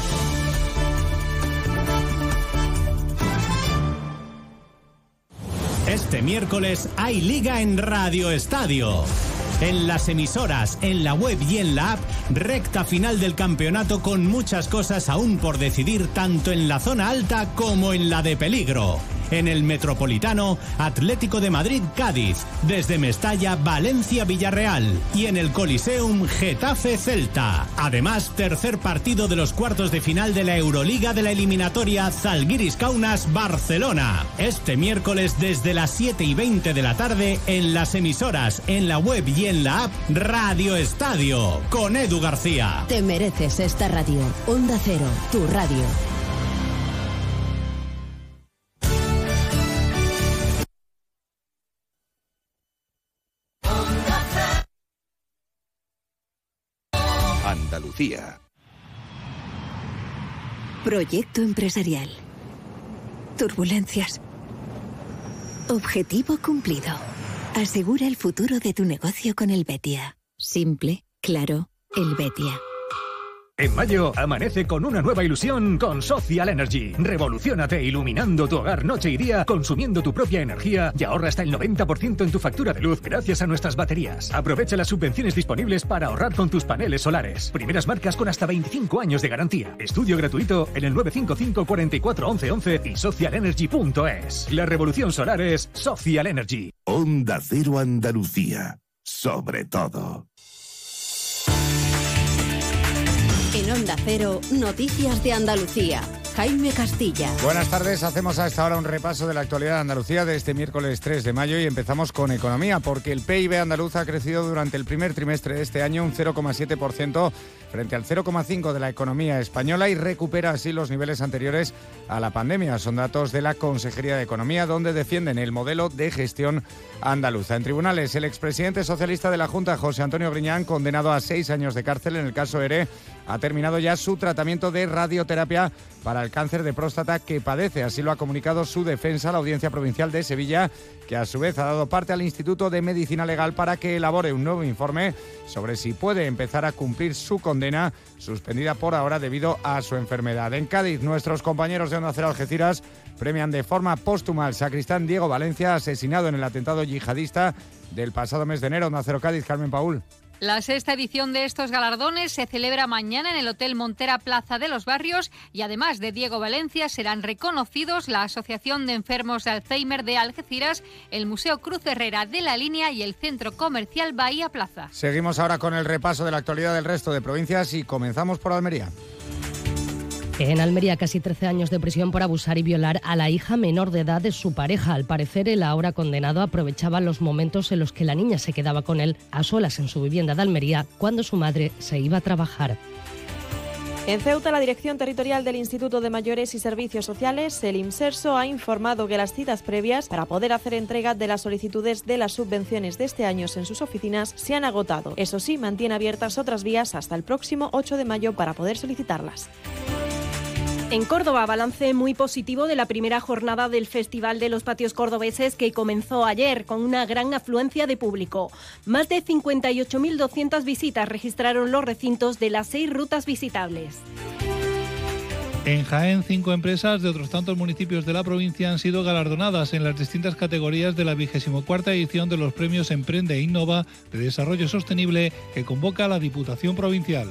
S22: Este miércoles hay Liga en Radio Estadio. En las emisoras, en la web y en la app, recta final del campeonato con muchas cosas aún por decidir tanto en la zona alta como en la de peligro. En el Metropolitano, Atlético de Madrid-Cádiz, desde Mestalla, Valencia-Villarreal y en el Coliseum, Getafe-Celta. Además, tercer partido de los cuartos de final de la Euroliga de la eliminatoria Zalgiris-Kaunas-Barcelona. Este miércoles desde las 7:20 de la tarde en las emisoras, en la web y en la app Radio Estadio, con Edu García.
S1: Te mereces esta radio. Onda Cero, tu radio.
S16: Andalucía.
S23: Proyecto empresarial. Turbulencias. Objetivo cumplido. Asegura el futuro de tu negocio con Helvetia. Simple, claro, Helvetia.
S24: En mayo, amanece con una nueva ilusión con Social Energy. Revoluciónate iluminando tu hogar noche y día, consumiendo tu propia energía y ahorra hasta el 90% en tu factura de luz gracias a nuestras baterías. Aprovecha las subvenciones disponibles para ahorrar con tus paneles solares. Primeras marcas con hasta 25 años de garantía. Estudio gratuito en el 955 44 11 11 y socialenergy.es. La revolución solar es Social Energy.
S16: Onda Cero Andalucía. Sobre todo.
S1: En Onda Cero, Noticias de Andalucía. Jaime Castilla.
S25: Buenas tardes, hacemos a esta hora un repaso de la actualidad de Andalucía de este miércoles 3 de mayo y empezamos con economía, porque el PIB andaluz ha crecido durante el primer trimestre de este año un 0,7% frente al 0,5% de la economía española y recupera así los niveles anteriores a la pandemia. Son datos de la Consejería de Economía, donde defienden el modelo de gestión andaluza. En tribunales, el expresidente socialista de la Junta, José Antonio Griñán, condenado a 6 años de cárcel en el caso ERE, ha terminado ya su tratamiento de radioterapia para el cáncer de próstata que padece. Así lo ha comunicado su defensa a la Audiencia Provincial de Sevilla, que a su vez ha dado parte al Instituto de Medicina Legal para que elabore un nuevo informe sobre si puede empezar a cumplir su condena, suspendida por ahora debido a su enfermedad. En Cádiz, nuestros compañeros de Onda Cero Algeciras premian de forma póstuma al sacristán Diego Valencia, asesinado en el atentado yihadista del pasado mes de enero. Onda Cero Cádiz, Carmen Paúl.
S26: La sexta edición de estos galardones se celebra mañana en el Hotel Montera Plaza de los Barrios y además de Diego Valencia serán reconocidos la Asociación de Enfermos de Alzheimer de Algeciras, el Museo Cruz Herrera de La Línea y el Centro Comercial Bahía Plaza.
S25: Seguimos ahora con el repaso de la actualidad del resto de provincias y comenzamos por Almería.
S27: En Almería, casi 13 años de prisión por abusar y violar a la hija menor de edad de su pareja. Al parecer, el ahora condenado aprovechaba los momentos en los que la niña se quedaba con él a solas en su vivienda de Almería cuando su madre se iba a trabajar.
S28: En Ceuta, la Dirección Territorial del Instituto de Mayores y Servicios Sociales, el IMSERSO, ha informado que las citas previas para poder hacer entrega de las solicitudes de las subvenciones de este año en sus oficinas se han agotado. Eso sí, mantiene abiertas otras vías hasta el próximo 8 de mayo para poder solicitarlas.
S29: En Córdoba, balance muy positivo de la primera jornada del Festival de los Patios Cordobeses que comenzó ayer con una gran afluencia de público. Más de 58.200 visitas registraron los recintos de las 6 rutas visitables.
S30: En Jaén, 5 empresas de otros tantos municipios de la provincia han sido galardonadas en las distintas categorías de la 24ª edición de los premios Emprende e Innova de Desarrollo Sostenible que convoca la Diputación Provincial.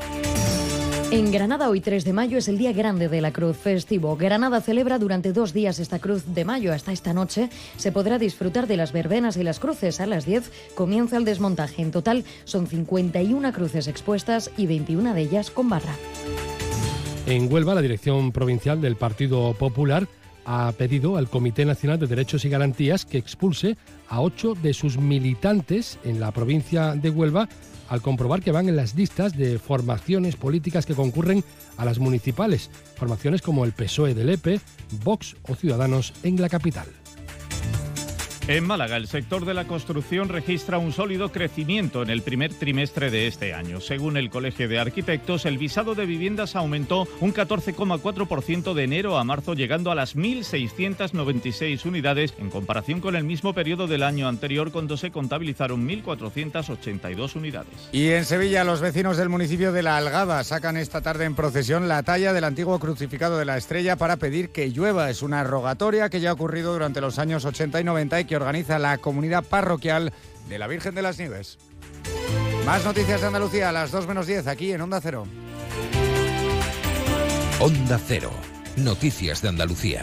S27: En Granada, hoy 3 de mayo, es el Día Grande de la Cruz festivo. Granada celebra durante 2 días esta Cruz de Mayo. Hasta esta noche se podrá disfrutar de las verbenas y las cruces. A las 10 comienza el desmontaje. En total son 51 cruces expuestas y 21 de ellas con barra.
S31: En Huelva, la Dirección Provincial del Partido Popular
S3: ha pedido al Comité Nacional de Derechos y Garantías que expulse a 8 de sus militantes en la provincia de Huelva al comprobar que van en las listas de formaciones políticas que concurren a las municipales, formaciones como el PSOE de Lepe, Vox o Ciudadanos en la capital.
S5: En Málaga, el sector de la construcción registra un sólido crecimiento en el primer trimestre de este año. Según el Colegio de Arquitectos, el visado de viviendas aumentó un 14,4% de enero a marzo, llegando a las 1.696 unidades, en comparación con el mismo periodo del año anterior, cuando se contabilizaron 1.482 unidades.
S25: Y en Sevilla, los vecinos del municipio de La Algaba sacan esta tarde en procesión la talla del antiguo crucificado de la Estrella para pedir que llueva. Es una rogatoria que ya ha ocurrido durante los años 80 y 90 y que organiza la comunidad parroquial de la Virgen de las Nieves. Más noticias de Andalucía a las 2:10 aquí en Onda Cero.
S6: Onda Cero. Noticias de Andalucía.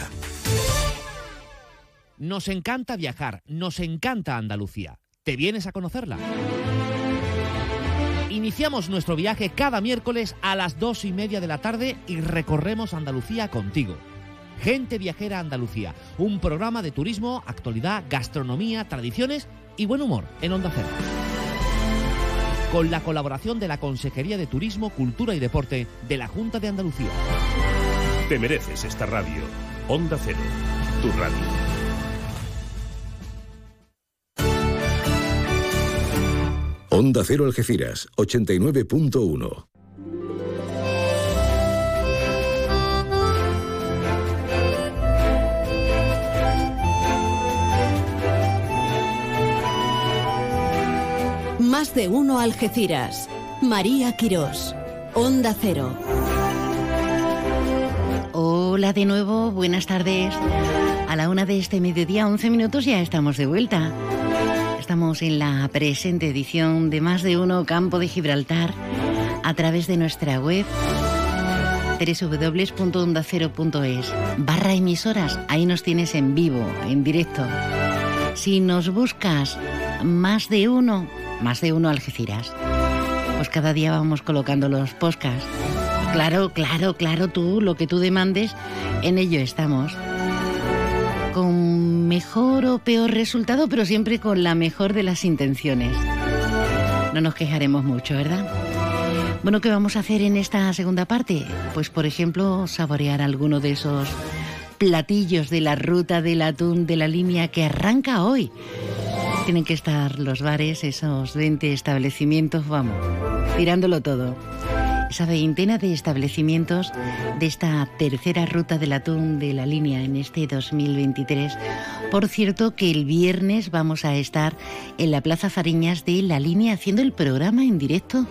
S7: Nos encanta viajar, nos encanta Andalucía. ¿Te vienes a conocerla? Iniciamos nuestro viaje cada miércoles a las 2:30 de la tarde y recorremos Andalucía contigo. Gente Viajera Andalucía, un programa de turismo, actualidad, gastronomía, tradiciones y buen humor en Onda Cero. Con la colaboración de la Consejería de Turismo, Cultura y Deporte de la Junta de Andalucía.
S8: Te mereces esta radio. Onda Cero, tu radio.
S9: Onda Cero Algeciras, 89.1.
S1: Más de uno Algeciras. María Quirós. Onda Cero.
S2: Hola de nuevo, buenas tardes. A la 1 de este mediodía, 11 minutos, ya estamos de vuelta. Estamos en la presente edición de Más de uno Campo de Gibraltar a través de nuestra web www.ondacero.es/emisoras. Ahí nos tienes en vivo, en directo. Si nos buscas Más de uno Algeciras, pues cada día vamos colocando los podcasts. Claro, tú, lo que tú demandes, en ello estamos. Con mejor o peor resultado, pero siempre con la mejor de las intenciones. No nos quejaremos mucho, ¿verdad? Bueno, ¿qué vamos a hacer en esta segunda parte? Pues, por ejemplo, saborear alguno de esos platillos de la ruta del atún de la línea que arranca hoy. Tienen que estar los bares, esos 20 establecimientos, vamos, tirándolo todo. Esa veintena de establecimientos de esta tercera ruta del atún de la línea en este 2023. Por cierto, que el viernes vamos a estar en la Plaza Fariñas de la línea haciendo el programa en directo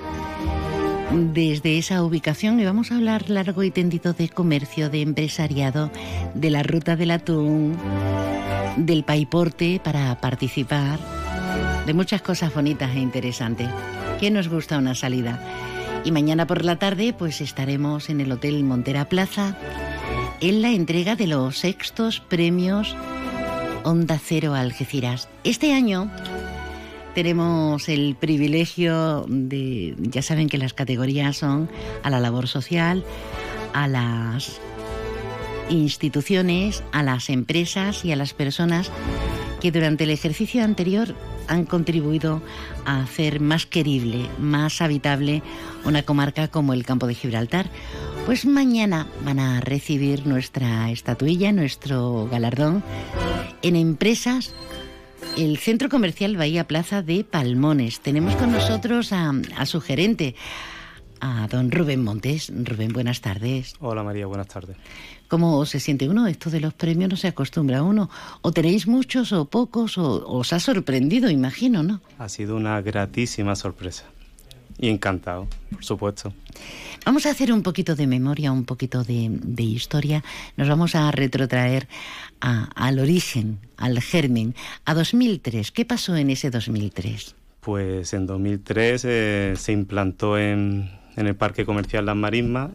S2: desde esa ubicación y vamos a hablar largo y tendido de comercio, de empresariado, de la ruta del atún, del paiporte para participar, de muchas cosas bonitas e interesantes. ¿Quién nos gusta una salida? Y mañana por la tarde pues estaremos en el Hotel Montera Plaza en la entrega de los 6º premios Onda Cero Algeciras. Este año tenemos el privilegio de, ya saben que las categorías son a la labor social, a las instituciones, a las empresas y a las personas que durante el ejercicio anterior han contribuido a hacer más querible, más habitable una comarca como el Campo de Gibraltar. Pues mañana van a recibir nuestra estatuilla, nuestro galardón en Empresas, el Centro Comercial Bahía Plaza de Palmones. Tenemos con nosotros a su gerente, a don Rubén Montes. Rubén, buenas tardes.
S10: Hola María, buenas tardes.
S2: ¿Cómo se siente uno? Esto de los premios no se acostumbra a uno. ¿O tenéis muchos o pocos? ¿O os ha sorprendido, imagino, no?
S10: Ha sido una gratísima sorpresa. Y encantado, por supuesto.
S2: Vamos a hacer un poquito de memoria, un poquito de historia. Nos vamos a retrotraer al origen, al germen, a 2003. ¿Qué pasó en ese 2003?
S10: Pues en 2003 se implantó en el Parque Comercial Las Marismas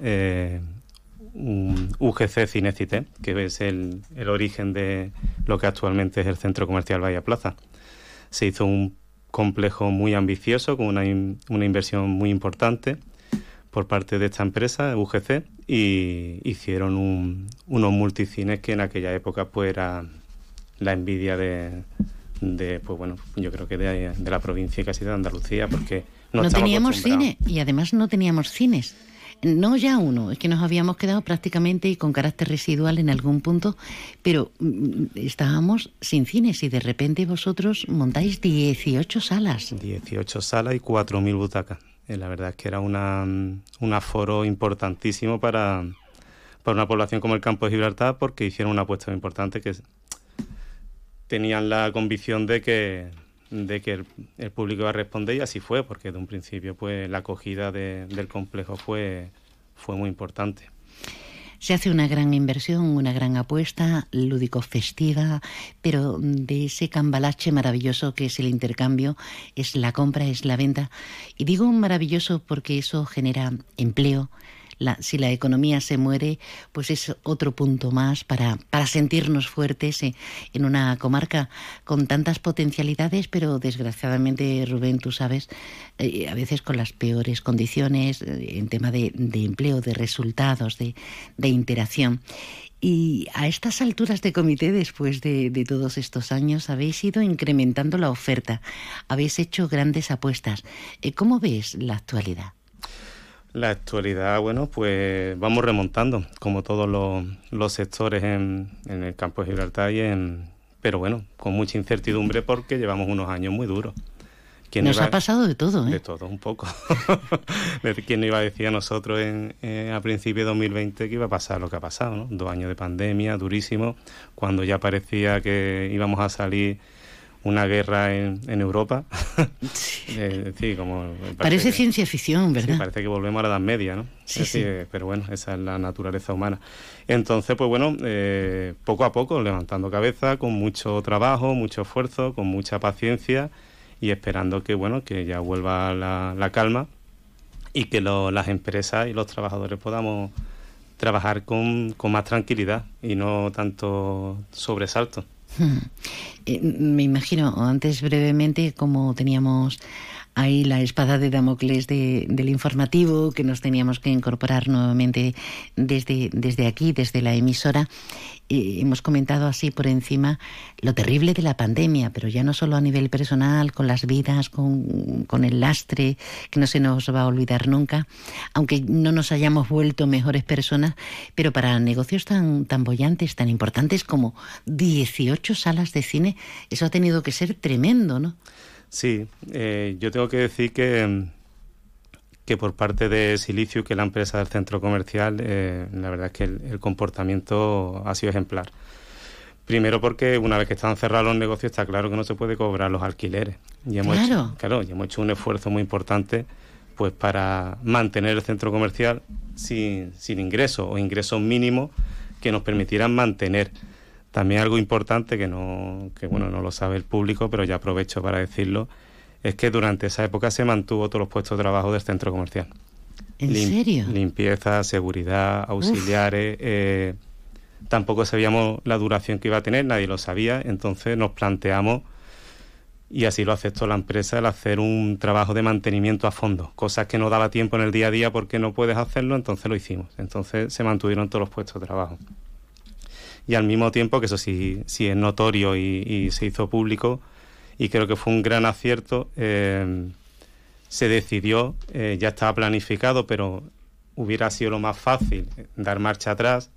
S10: un UGC Cinecité, que es el origen de lo que actualmente es el Centro Comercial Bahía Plaza. Se hizo un complejo muy ambicioso, con una inversión muy importante, por parte de esta empresa, UGC, y hicieron unos multicines que en aquella época pues era la envidia de pues bueno, yo creo que de la provincia y casi de Andalucía, porque
S2: no teníamos cine, y además no teníamos cines. No ya uno, es que nos habíamos quedado prácticamente y con carácter residual en algún punto, pero estábamos sin cines y de repente vosotros montáis 18 salas.
S10: 18 salas y 4.000 butacas. La verdad es que era un aforo importantísimo para una población como el Campo de Gibraltar, porque hicieron una apuesta muy importante, que tenían la convicción de que el público iba a responder, y así fue, porque de un principio pues la acogida del complejo fue muy importante.
S2: Se hace una gran inversión, una gran apuesta lúdico-festiva, pero de ese cambalache maravilloso que es el intercambio, es la compra, es la venta. Y digo maravilloso porque eso genera empleo. Si la economía se muere, pues es otro punto más para sentirnos fuertes en una comarca con tantas potencialidades, pero desgraciadamente, Rubén, tú sabes, a veces con las peores condiciones en tema de empleo, de resultados, de interacción. Y a estas alturas de comité, después de todos estos años, habéis ido incrementando la oferta, habéis hecho grandes apuestas. ¿Cómo ves la actualidad?
S10: La actualidad, bueno, pues vamos remontando, como todos los sectores en el Campo de Gibraltar, pero bueno, con mucha incertidumbre porque llevamos unos años muy duros.
S2: Nos ha pasado de todo, ¿eh?
S10: De todo, un poco. ¿Quién iba a decir a nosotros a principios de 2020 que iba a pasar lo que ha pasado, ¿no? 2 años de pandemia, durísimo, cuando ya parecía que íbamos a salir una guerra en Europa. Sí,
S2: parece ciencia ficción, ¿verdad?
S10: Sí, parece que volvemos a la Edad Media, ¿no?
S2: Sí, sí.
S10: Pero bueno, esa es la naturaleza humana. Entonces, pues bueno, poco a poco, levantando cabeza, con mucho trabajo, mucho esfuerzo, con mucha paciencia y esperando que ya vuelva la calma y que las empresas y los trabajadores podamos trabajar con más tranquilidad y no tanto sobresalto.
S2: Me imagino, antes brevemente, como teníamos ahí la espada de Damocles del informativo, que nos teníamos que incorporar nuevamente desde aquí, desde la emisora, hemos comentado así por encima lo terrible de la pandemia, pero ya no solo a nivel personal, con las vidas, con el lastre que no se nos va a olvidar nunca, aunque no nos hayamos vuelto mejores personas, pero para negocios tan bollantes, tan importantes como 18 salas de cine, eso ha tenido que ser tremendo, ¿no?
S10: Sí, yo tengo que decir que por parte de Silicio, que es la empresa del centro comercial, la verdad es que el comportamiento ha sido ejemplar. Primero porque una vez que están cerrados los negocios está claro que no se puede cobrar los alquileres. Y hemos hecho un esfuerzo muy importante pues para mantener el centro comercial sin ingresos o ingresos mínimos que nos permitieran mantener. También algo importante que no lo sabe el público, pero ya aprovecho para decirlo, es que durante esa época se mantuvo todos los puestos de trabajo del centro comercial.
S2: ¿En serio?
S10: Limpieza, seguridad, auxiliares. Tampoco sabíamos la duración que iba a tener, nadie lo sabía, entonces nos planteamos, y así lo aceptó la empresa, el hacer un trabajo de mantenimiento a fondo, cosas que no daba tiempo en el día a día porque no puedes hacerlo, entonces lo hicimos. Entonces se mantuvieron todos los puestos de trabajo. Y al mismo tiempo, que eso sí es notorio y se hizo público, y creo que fue un gran acierto, se decidió, ya estaba planificado, pero hubiera sido lo más fácil dar marcha atrás,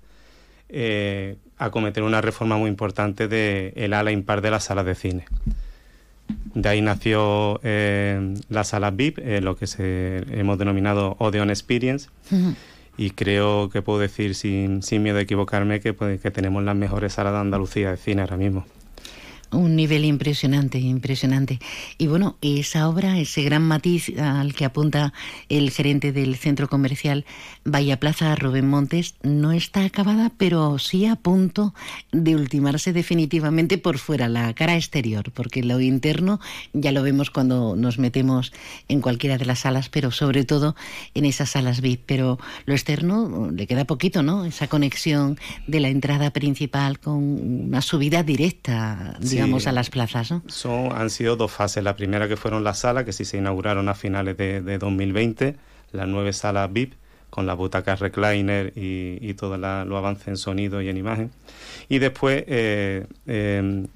S10: acometer una reforma muy importante del ala impar de las salas de cine. De ahí nació la sala VIP, lo que hemos denominado Odeon Experience. Uh-huh. Y creo que puedo decir sin miedo a equivocarme que tenemos las mejores salas de Andalucía de cine ahora mismo.
S2: Un nivel impresionante. Y bueno, esa obra, ese gran matiz al que apunta el gerente del centro comercial Bahía Plaza, Rubén Montes, no está acabada, pero sí a punto de ultimarse definitivamente por fuera, la cara exterior, porque lo interno ya lo vemos cuando nos metemos en cualquiera de las salas, pero sobre todo en esas salas VIP. Pero lo externo le queda poquito, ¿no? Esa conexión de la entrada principal con una subida directa, digamos, a las plazas, ¿no?
S10: Han sido 2 fases. La primera, que fueron las salas, que sí se inauguraron a finales de 2020. las 9 salas VIP, con las butacas recliner y todos los avances en sonido y en imagen. Y después, desde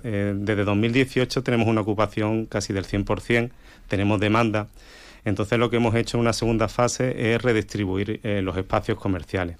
S10: 2018 tenemos una ocupación casi del 100%, tenemos demanda. Entonces lo que hemos hecho en una segunda fase es redistribuir los espacios comerciales.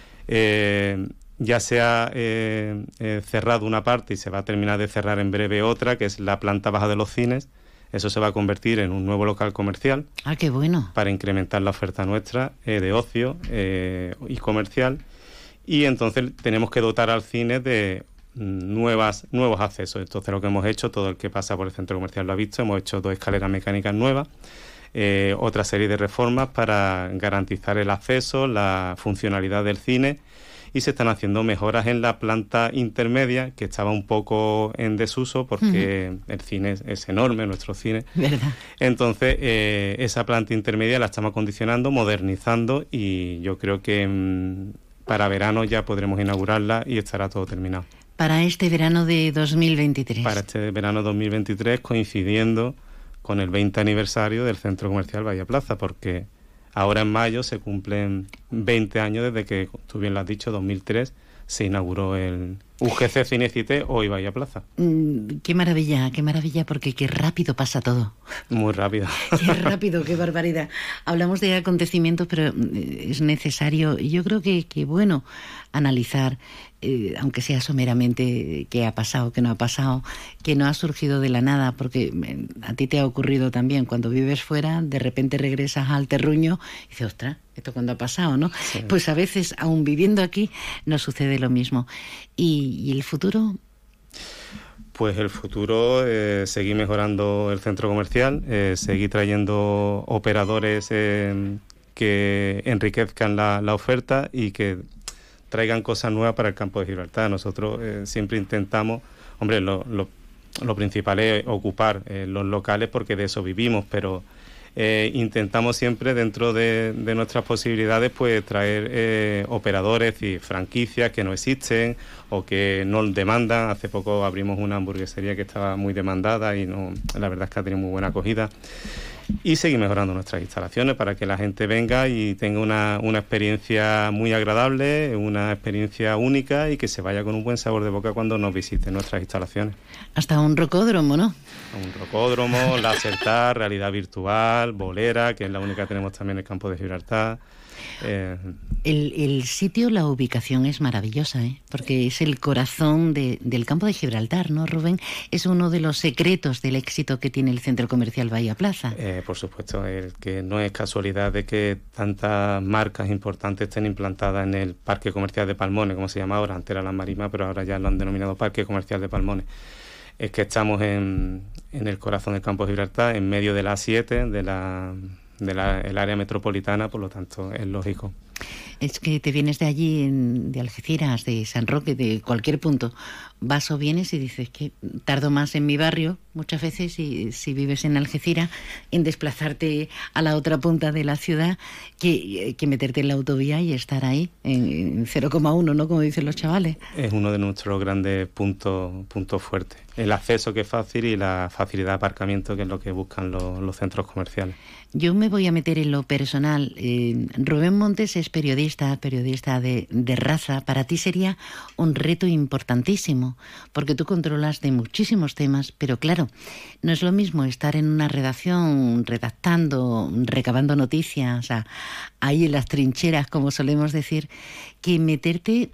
S10: Ya se ha cerrado una parte y se va a terminar de cerrar en breve otra, que es la planta baja de los cines. Eso se va a convertir en un nuevo local comercial.
S2: ¡Ah, qué bueno! Para
S10: incrementar la oferta nuestra de ocio y comercial. Y entonces tenemos que dotar al cine de nuevos accesos. Entonces lo que hemos hecho, todo el que pasa por el centro comercial lo ha visto, hemos hecho 2 escaleras mecánicas nuevas, otra serie de reformas para garantizar el acceso, la funcionalidad del cine, y se están haciendo mejoras en la planta intermedia, que estaba un poco en desuso porque el cine es enorme, nuestro cine.
S2: ¿Verdad?
S10: Entonces, esa planta intermedia la estamos acondicionando, modernizando, y yo creo que para verano ya podremos inaugurarla y estará todo terminado.
S2: Para este verano de 2023.
S10: Para este verano 2023, coincidiendo con el 20 aniversario del Centro Comercial Bahía Plaza, porque ahora en mayo se cumplen 20 años desde que, tú bien lo has dicho, 2003, se inauguró el UGC Cinecité, hoy Bahía Plaza.
S2: Qué maravilla, porque qué rápido pasa todo.
S10: Muy rápido.
S2: Qué rápido, qué barbaridad. Hablamos de acontecimientos, pero es necesario, y yo creo que bueno, analizar, aunque sea someramente, qué ha pasado, qué no ha pasado, que no ha surgido de la nada, porque a ti te ha ocurrido también, cuando vives fuera, de repente regresas al terruño y dices, ostras, ¿esto cuándo ha pasado, no? Sí. Pues a veces, aún viviendo aquí, nos sucede lo mismo. ¿Y el futuro?
S10: Pues el futuro, seguir mejorando el centro comercial, seguir trayendo operadores que enriquezcan la oferta y que traigan cosas nuevas para el campo de Gibraltar. Nosotros siempre intentamos, hombre, lo principal es ocupar los locales porque de eso vivimos, pero intentamos siempre dentro de nuestras posibilidades pues traer operadores y franquicias que no existen o que no demandan. Hace poco abrimos una hamburguesería que estaba muy demandada y la verdad es que ha tenido muy buena acogida. Y seguir mejorando nuestras instalaciones para que la gente venga y tenga una experiencia muy agradable, una experiencia única y que se vaya con un buen sabor de boca cuando nos visiten nuestras instalaciones.
S2: Hasta un rocódromo, ¿no?
S10: Un rocódromo, láser, realidad virtual, bolera, que es la única que tenemos también en el campo de Gibraltar.
S2: El sitio, la ubicación es maravillosa, porque es el corazón del campo de Gibraltar, ¿no, Rubén? Es uno de los secretos del éxito que tiene el Centro Comercial Bahía Plaza.
S10: Por supuesto, que no es casualidad de que tantas marcas importantes estén implantadas en el Parque Comercial de Palmones, como se llama ahora, antes era Las Marismas, pero ahora ya lo han denominado Parque Comercial de Palmones. Es que estamos en el corazón del campo de Gibraltar, en medio de la A7, el área metropolitana, por lo tanto es lógico.
S2: Es que te vienes de allí, de Algeciras, de San Roque, de cualquier punto, vas o vienes y dices que tardo más en mi barrio, muchas veces, si vives en Algeciras, en desplazarte a la otra punta de la ciudad, que meterte en la autovía y estar ahí, en 0,1, ¿no? Como dicen los chavales.
S10: Es uno de nuestros grandes puntos fuertes. El acceso, que es fácil, y la facilidad de aparcamiento, que es lo que buscan los centros comerciales.
S2: Yo me voy a meter en lo personal. Rubén Montes es periodista de raza. Para ti sería un reto importantísimo, porque tú controlas de muchísimos temas, pero claro, no es lo mismo estar en una redacción redactando, recabando noticias, ahí en las trincheras, como solemos decir, que meterte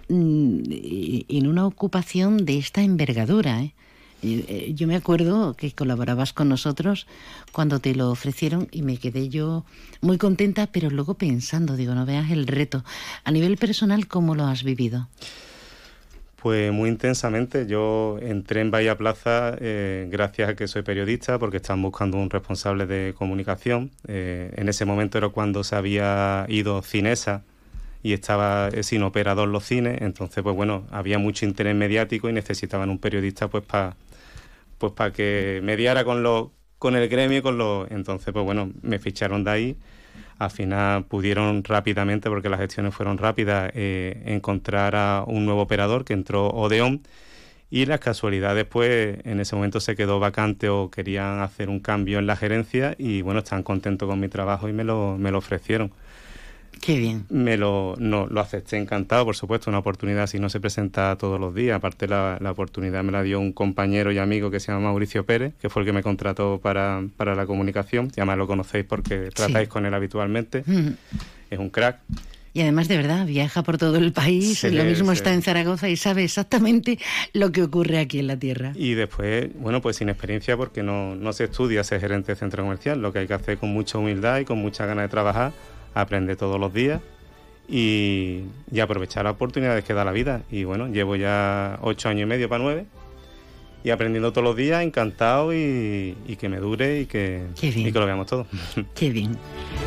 S2: en una ocupación de esta envergadura, Yo me acuerdo que colaborabas con nosotros cuando te lo ofrecieron y me quedé yo muy contenta, pero luego pensando, digo, no veas el reto. A nivel personal, ¿cómo lo has vivido?
S10: Pues muy intensamente. Yo entré en Bahía Plaza gracias a que soy periodista, porque estaban buscando un responsable de comunicación. En ese momento era cuando se había ido Cinesa y estaba sin operador los cines, entonces pues bueno, había mucho interés mediático y necesitaban un periodista pues para que mediara con el gremio, entonces pues bueno, me ficharon de ahí. Al final pudieron rápidamente, porque las gestiones fueron rápidas, encontrar a un nuevo operador, que entró Odeón, Y las casualidades, pues en ese momento se quedó vacante o querían hacer un cambio en la gerencia y bueno, están contentos con mi trabajo y me lo ofrecieron.
S2: Qué bien.
S10: Lo acepté encantado, por supuesto, una oportunidad así no se presenta todos los días. Aparte la oportunidad me la dio un compañero y amigo que se llama Mauricio Pérez, que fue el que me contrató para la comunicación. Y además lo conocéis porque tratáis con él habitualmente. Es un crack.
S2: Y además, de verdad, viaja por todo el país, lo mismo está en Zaragoza y sabe exactamente lo que ocurre aquí en la tierra.
S10: Y después, bueno, pues sin experiencia, porque no se estudia ser gerente de centro comercial, lo que hay que hacer con mucha humildad y con mucha ganas de trabajar, aprender todos los días y aprovechar las oportunidades que da la vida. Y bueno, llevo ya 8 años y medio para 9 y aprendiendo todos los días, encantado y que me dure y que lo veamos todo.
S2: Qué bien.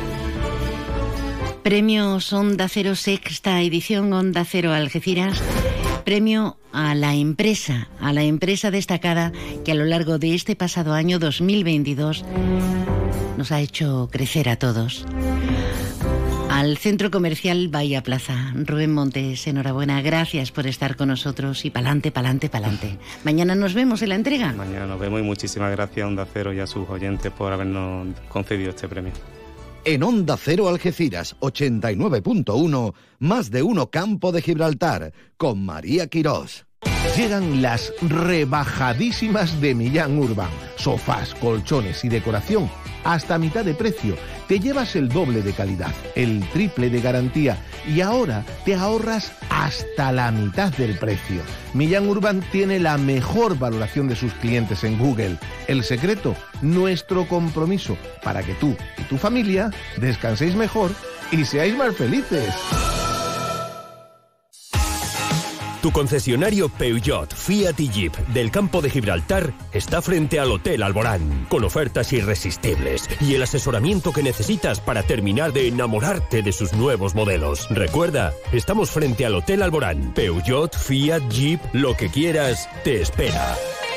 S2: Premios Onda Cero Sexta edición Onda Cero Algeciras. Premio a la empresa destacada que a lo largo de este pasado año 2022 nos ha hecho crecer a todos. Al Centro Comercial Bahía Plaza. Rubén Montes, enhorabuena, gracias por estar con nosotros y pa'lante. Mañana nos vemos en la entrega.
S10: Mañana nos vemos y muchísimas gracias a Onda Cero y a sus oyentes por habernos concedido este premio.
S4: En Onda Cero Algeciras 89.1, Más de Uno Campo de Gibraltar, con María Quirós.
S11: Llegan las rebajadísimas de Millán Urban. Sofás, colchones y decoración hasta mitad de precio. Te llevas el doble de calidad, el triple de garantía y ahora te ahorras hasta la mitad del precio. Millán Urban tiene la mejor valoración de sus clientes en Google. El secreto, nuestro compromiso para que tú y tu familia descanséis mejor y seáis más felices.
S12: Tu concesionario Peugeot, Fiat y Jeep del Campo de Gibraltar está frente al Hotel Alborán, con ofertas irresistibles y el asesoramiento que necesitas para terminar de enamorarte de sus nuevos modelos. Recuerda, estamos frente al Hotel Alborán. Peugeot, Fiat, Jeep, lo que quieras, te espera.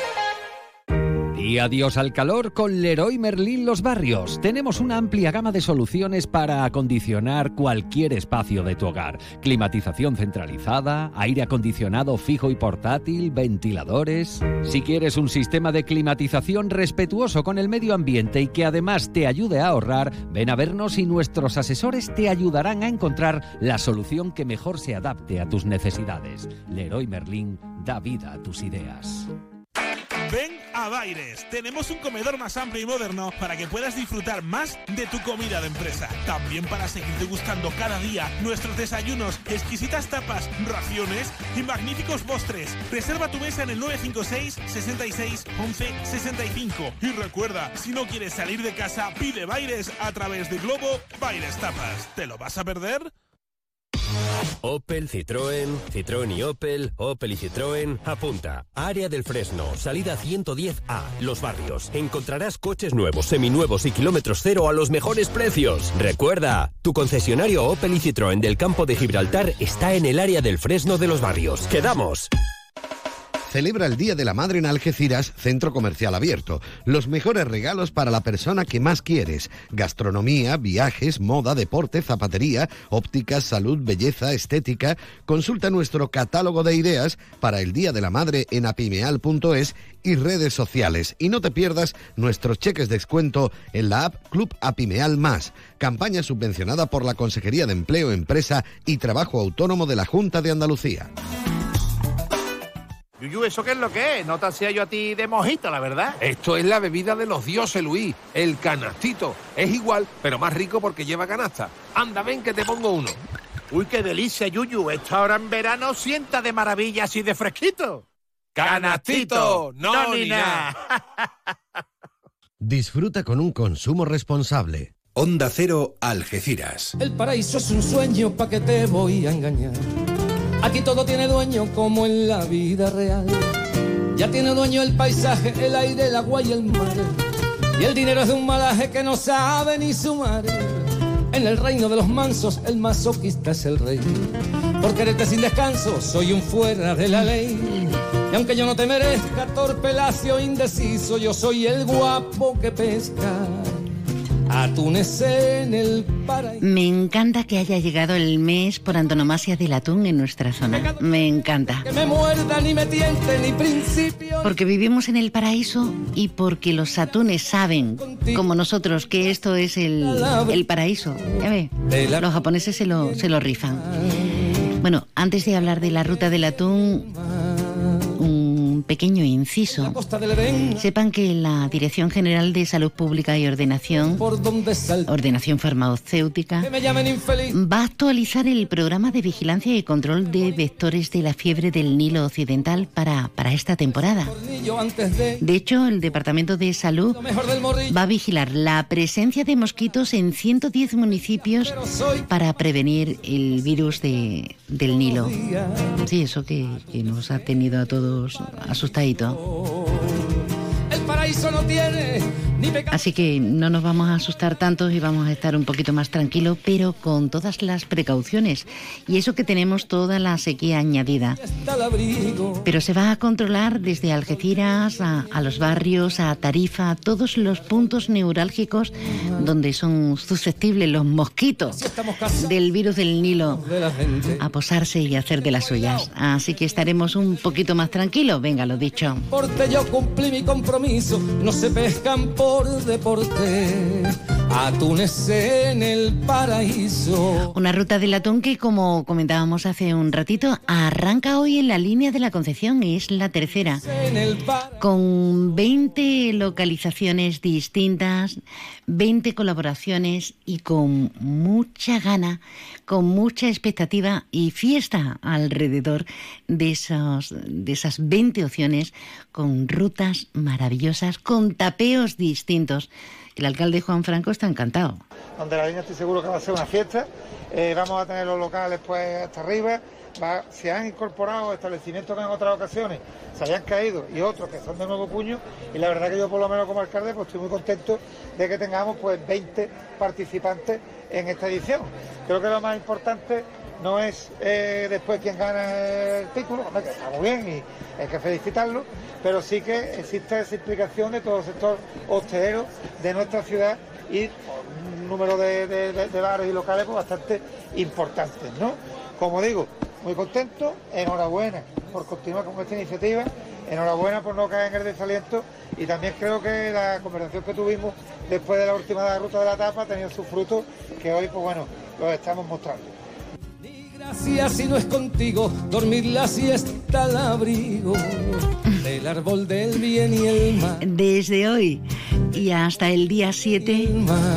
S13: Y adiós al calor con Leroy Merlin Los Barrios. Tenemos una amplia gama de soluciones para acondicionar cualquier espacio de tu hogar. Climatización centralizada, aire acondicionado fijo y portátil, ventiladores. Si quieres un sistema de climatización respetuoso con el medio ambiente y que además te ayude a ahorrar, ven a vernos y nuestros asesores te ayudarán a encontrar la solución que mejor se adapte a tus necesidades. Leroy Merlin da vida a tus ideas.
S14: Ven a Baires. Tenemos un comedor más amplio y moderno para que puedas disfrutar más de tu comida de empresa. También para seguir degustando cada día nuestros desayunos, exquisitas tapas, raciones y magníficos postres. Reserva tu mesa en el 956 66 11 65. Y recuerda, si no quieres salir de casa, pide Baires a través de Globo Baires Tapas. ¿Te lo vas a perder?
S12: Opel, Citroën y Opel y Citroën. Apunta. Área del Fresno, salida 110A, Los Barrios. Encontrarás coches nuevos, seminuevos y kilómetros cero a los mejores precios. Recuerda, tu concesionario Opel y Citroën del Campo de Gibraltar está en el área del Fresno de Los Barrios. ¡Quedamos!
S4: Celebra el Día de la Madre en Algeciras, Centro Comercial Abierto. Los mejores regalos para la persona que más quieres. Gastronomía, viajes, moda, deporte, zapatería, ópticas, salud, belleza, estética. Consulta nuestro catálogo de ideas para el Día de la Madre en apimeal.es y redes sociales. Y no te pierdas nuestros cheques de descuento en la app Club Apimeal Más. Campaña subvencionada por la Consejería de Empleo, Empresa y Trabajo Autónomo de la Junta de Andalucía.
S17: Yuyu, ¿eso qué es lo que es? No te hacía yo a ti de mojito, la verdad.
S18: Esto es la bebida de los dioses, Luis, el canastito. Es igual, pero más rico porque lleva canasta. Anda, ven que te pongo uno.
S17: Uy, qué delicia, Yuyu. Esto ahora en verano sienta de maravilla así de fresquito.
S18: ¡Canastito! ¡No, ni nada!
S4: Disfruta con un consumo responsable.
S6: Onda Cero Algeciras.
S19: El paraíso es un sueño, ¿pa' qué te voy a engañar? Aquí todo tiene dueño como en la vida real. Ya tiene dueño el paisaje, el aire, el agua y el mar. Y el dinero es de un malaje que no sabe ni sumar. En el reino de los mansos el masoquista es el rey. Por quererte sin descanso soy un fuera de la ley. Y aunque yo no te merezca, torpe, lacio, indeciso, yo soy el guapo que pesca atunes en el paraíso.
S2: Me encanta que haya llegado el mes por antonomasia del atún en nuestra zona. Me encanta.
S19: Que me muerda, ni me tiente, ni principio.
S2: Porque vivimos en el paraíso y porque los atunes saben, como nosotros, que esto es el paraíso. Ya ve, los japoneses se lo rifan. Bueno, antes de hablar de la ruta del atún, un pequeño inciso. Sepan que la Dirección General de Salud Pública y Ordenación Farmacéutica va a actualizar el programa de vigilancia y control de vectores de la fiebre del Nilo Occidental para esta temporada. De hecho, el Departamento de Salud va a vigilar la presencia de mosquitos en 110 municipios para prevenir el virus del Nilo. Sí, eso que nos ha tenido a todos asustaditos.
S19: El paraíso no tiene ni pecado.
S2: Así que no nos vamos a asustar tanto y vamos a estar un poquito más tranquilos, pero con todas las precauciones. Y eso que tenemos toda la sequía añadida. Pero se va a controlar desde Algeciras a los barrios, a Tarifa, a todos los puntos neurálgicos donde son susceptibles los mosquitos del virus del Nilo a posarse y hacer de las suyas. Así que estaremos un poquito más tranquilos. Venga, lo dicho.
S19: Porque yo cumplí mi compromiso, no se pescan por deporte, atunes en el paraíso.
S2: Una ruta del atún que, como comentábamos hace un ratito, arranca hoy en la línea de la Concepción, es la tercera, con 20 localizaciones distintas, 20 colaboraciones y con mucha gana, con mucha expectativa y fiesta alrededor de esas 20 opciones, con rutas maravillosas, con tapeos distintos. El alcalde Juan Franco está encantado.
S15: Donde la línea estoy seguro que va a ser una fiesta, vamos a tener los locales pues hasta arriba, se han incorporado establecimientos que en otras ocasiones se habían caído y otros que son de nuevo puño, y la verdad que yo por lo menos como alcalde pues estoy muy contento de que tengamos pues 20 participantes en esta edición. Creo que lo más importante no es después quién gana el título, que está muy bien y hay que felicitarlo, pero sí que existe esa implicación de todo el sector hostelero de nuestra ciudad y un número de bares y locales pues bastante importantes, ¿no? Como digo, muy contento, enhorabuena por continuar con esta iniciativa, enhorabuena por no caer en el desaliento, y también creo que la conversación que tuvimos después de la última ruta de la etapa ha tenido sus frutos, que hoy pues bueno, los estamos mostrando.
S19: Gracias, si no es contigo, dormir la siesta al abrigo del árbol del bien y el mal.
S2: Desde hoy y hasta el día 7,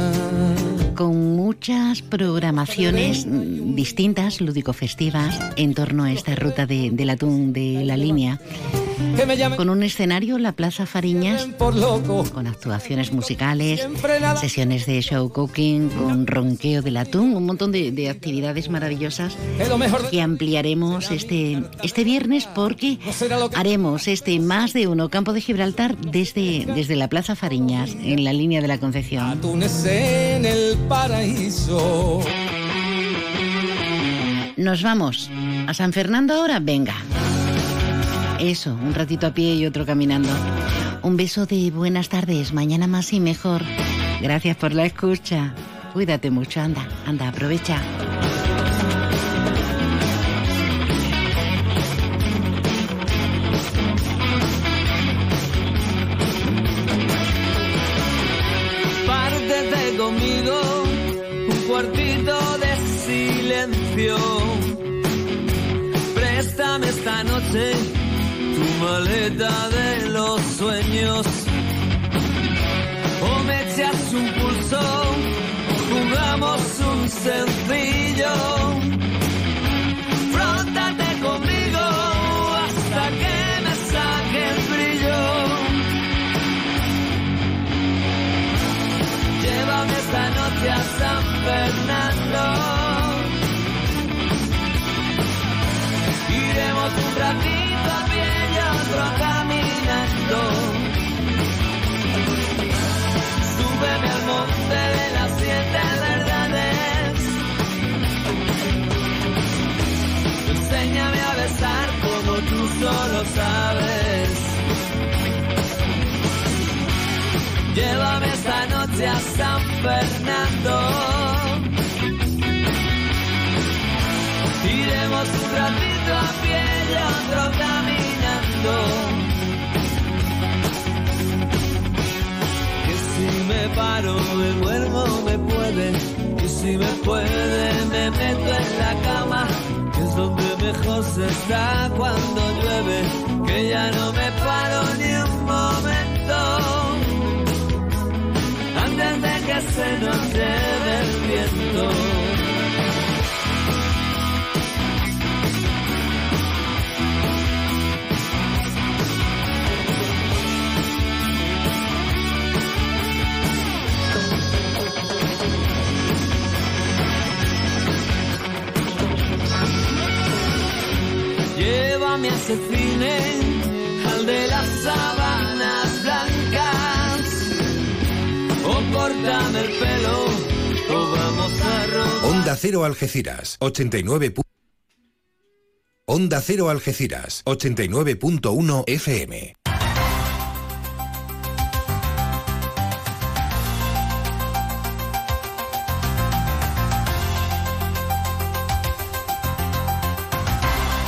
S2: con muchas programaciones distintas, lúdico-festivas, en torno a esta ruta del atún de la línea. Con un escenario, la Plaza Fariñas, con actuaciones musicales, sesiones de show cooking, con ronqueo del atún, un montón de actividades maravillosas que ampliaremos este viernes, porque haremos más de uno Campo de Gibraltar desde la Plaza Fariñas, en la línea de la Concepción.
S19: Atunes en el paraíso.
S2: Nos vamos a San Fernando ahora, venga. Eso, un ratito a pie y otro caminando. Un beso de buenas tardes, mañana más y mejor. Gracias por la escucha. Cuídate mucho, anda, aprovecha.
S16: Pártete conmigo, un cuartito de silencio. Préstame esta noche tu maleta de los sueños, o me echas un pulso, o jugamos un sencillo. Frótate conmigo hasta que me saque el brillo. Llévame esta noche a San Fernando, iremos un ratito a pie y otro caminando. Súbeme al monte de las 7 verdades, enséñame a besar como tú solo sabes. Llévame esta noche llevarte a San Fernando. Iremos un ratito a pie y otro caminando. Que si me paro, me duermo, me puede. Y si me puede, me meto en la cama, que es donde mejor se está cuando llueve. Que ya no me paro ni un momento, antes de que se nos lleve el viento. Llévame a ese cine, al de las sábanas blancas, o córtame el pelo, o vamos a robar.
S6: Onda Cero Algeciras, 89. Onda Cero Algeciras, 89.1 FM.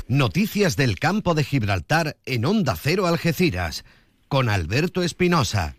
S4: Noticias del campo de Gibraltar en Onda Cero Algeciras, con Alberto Espinosa.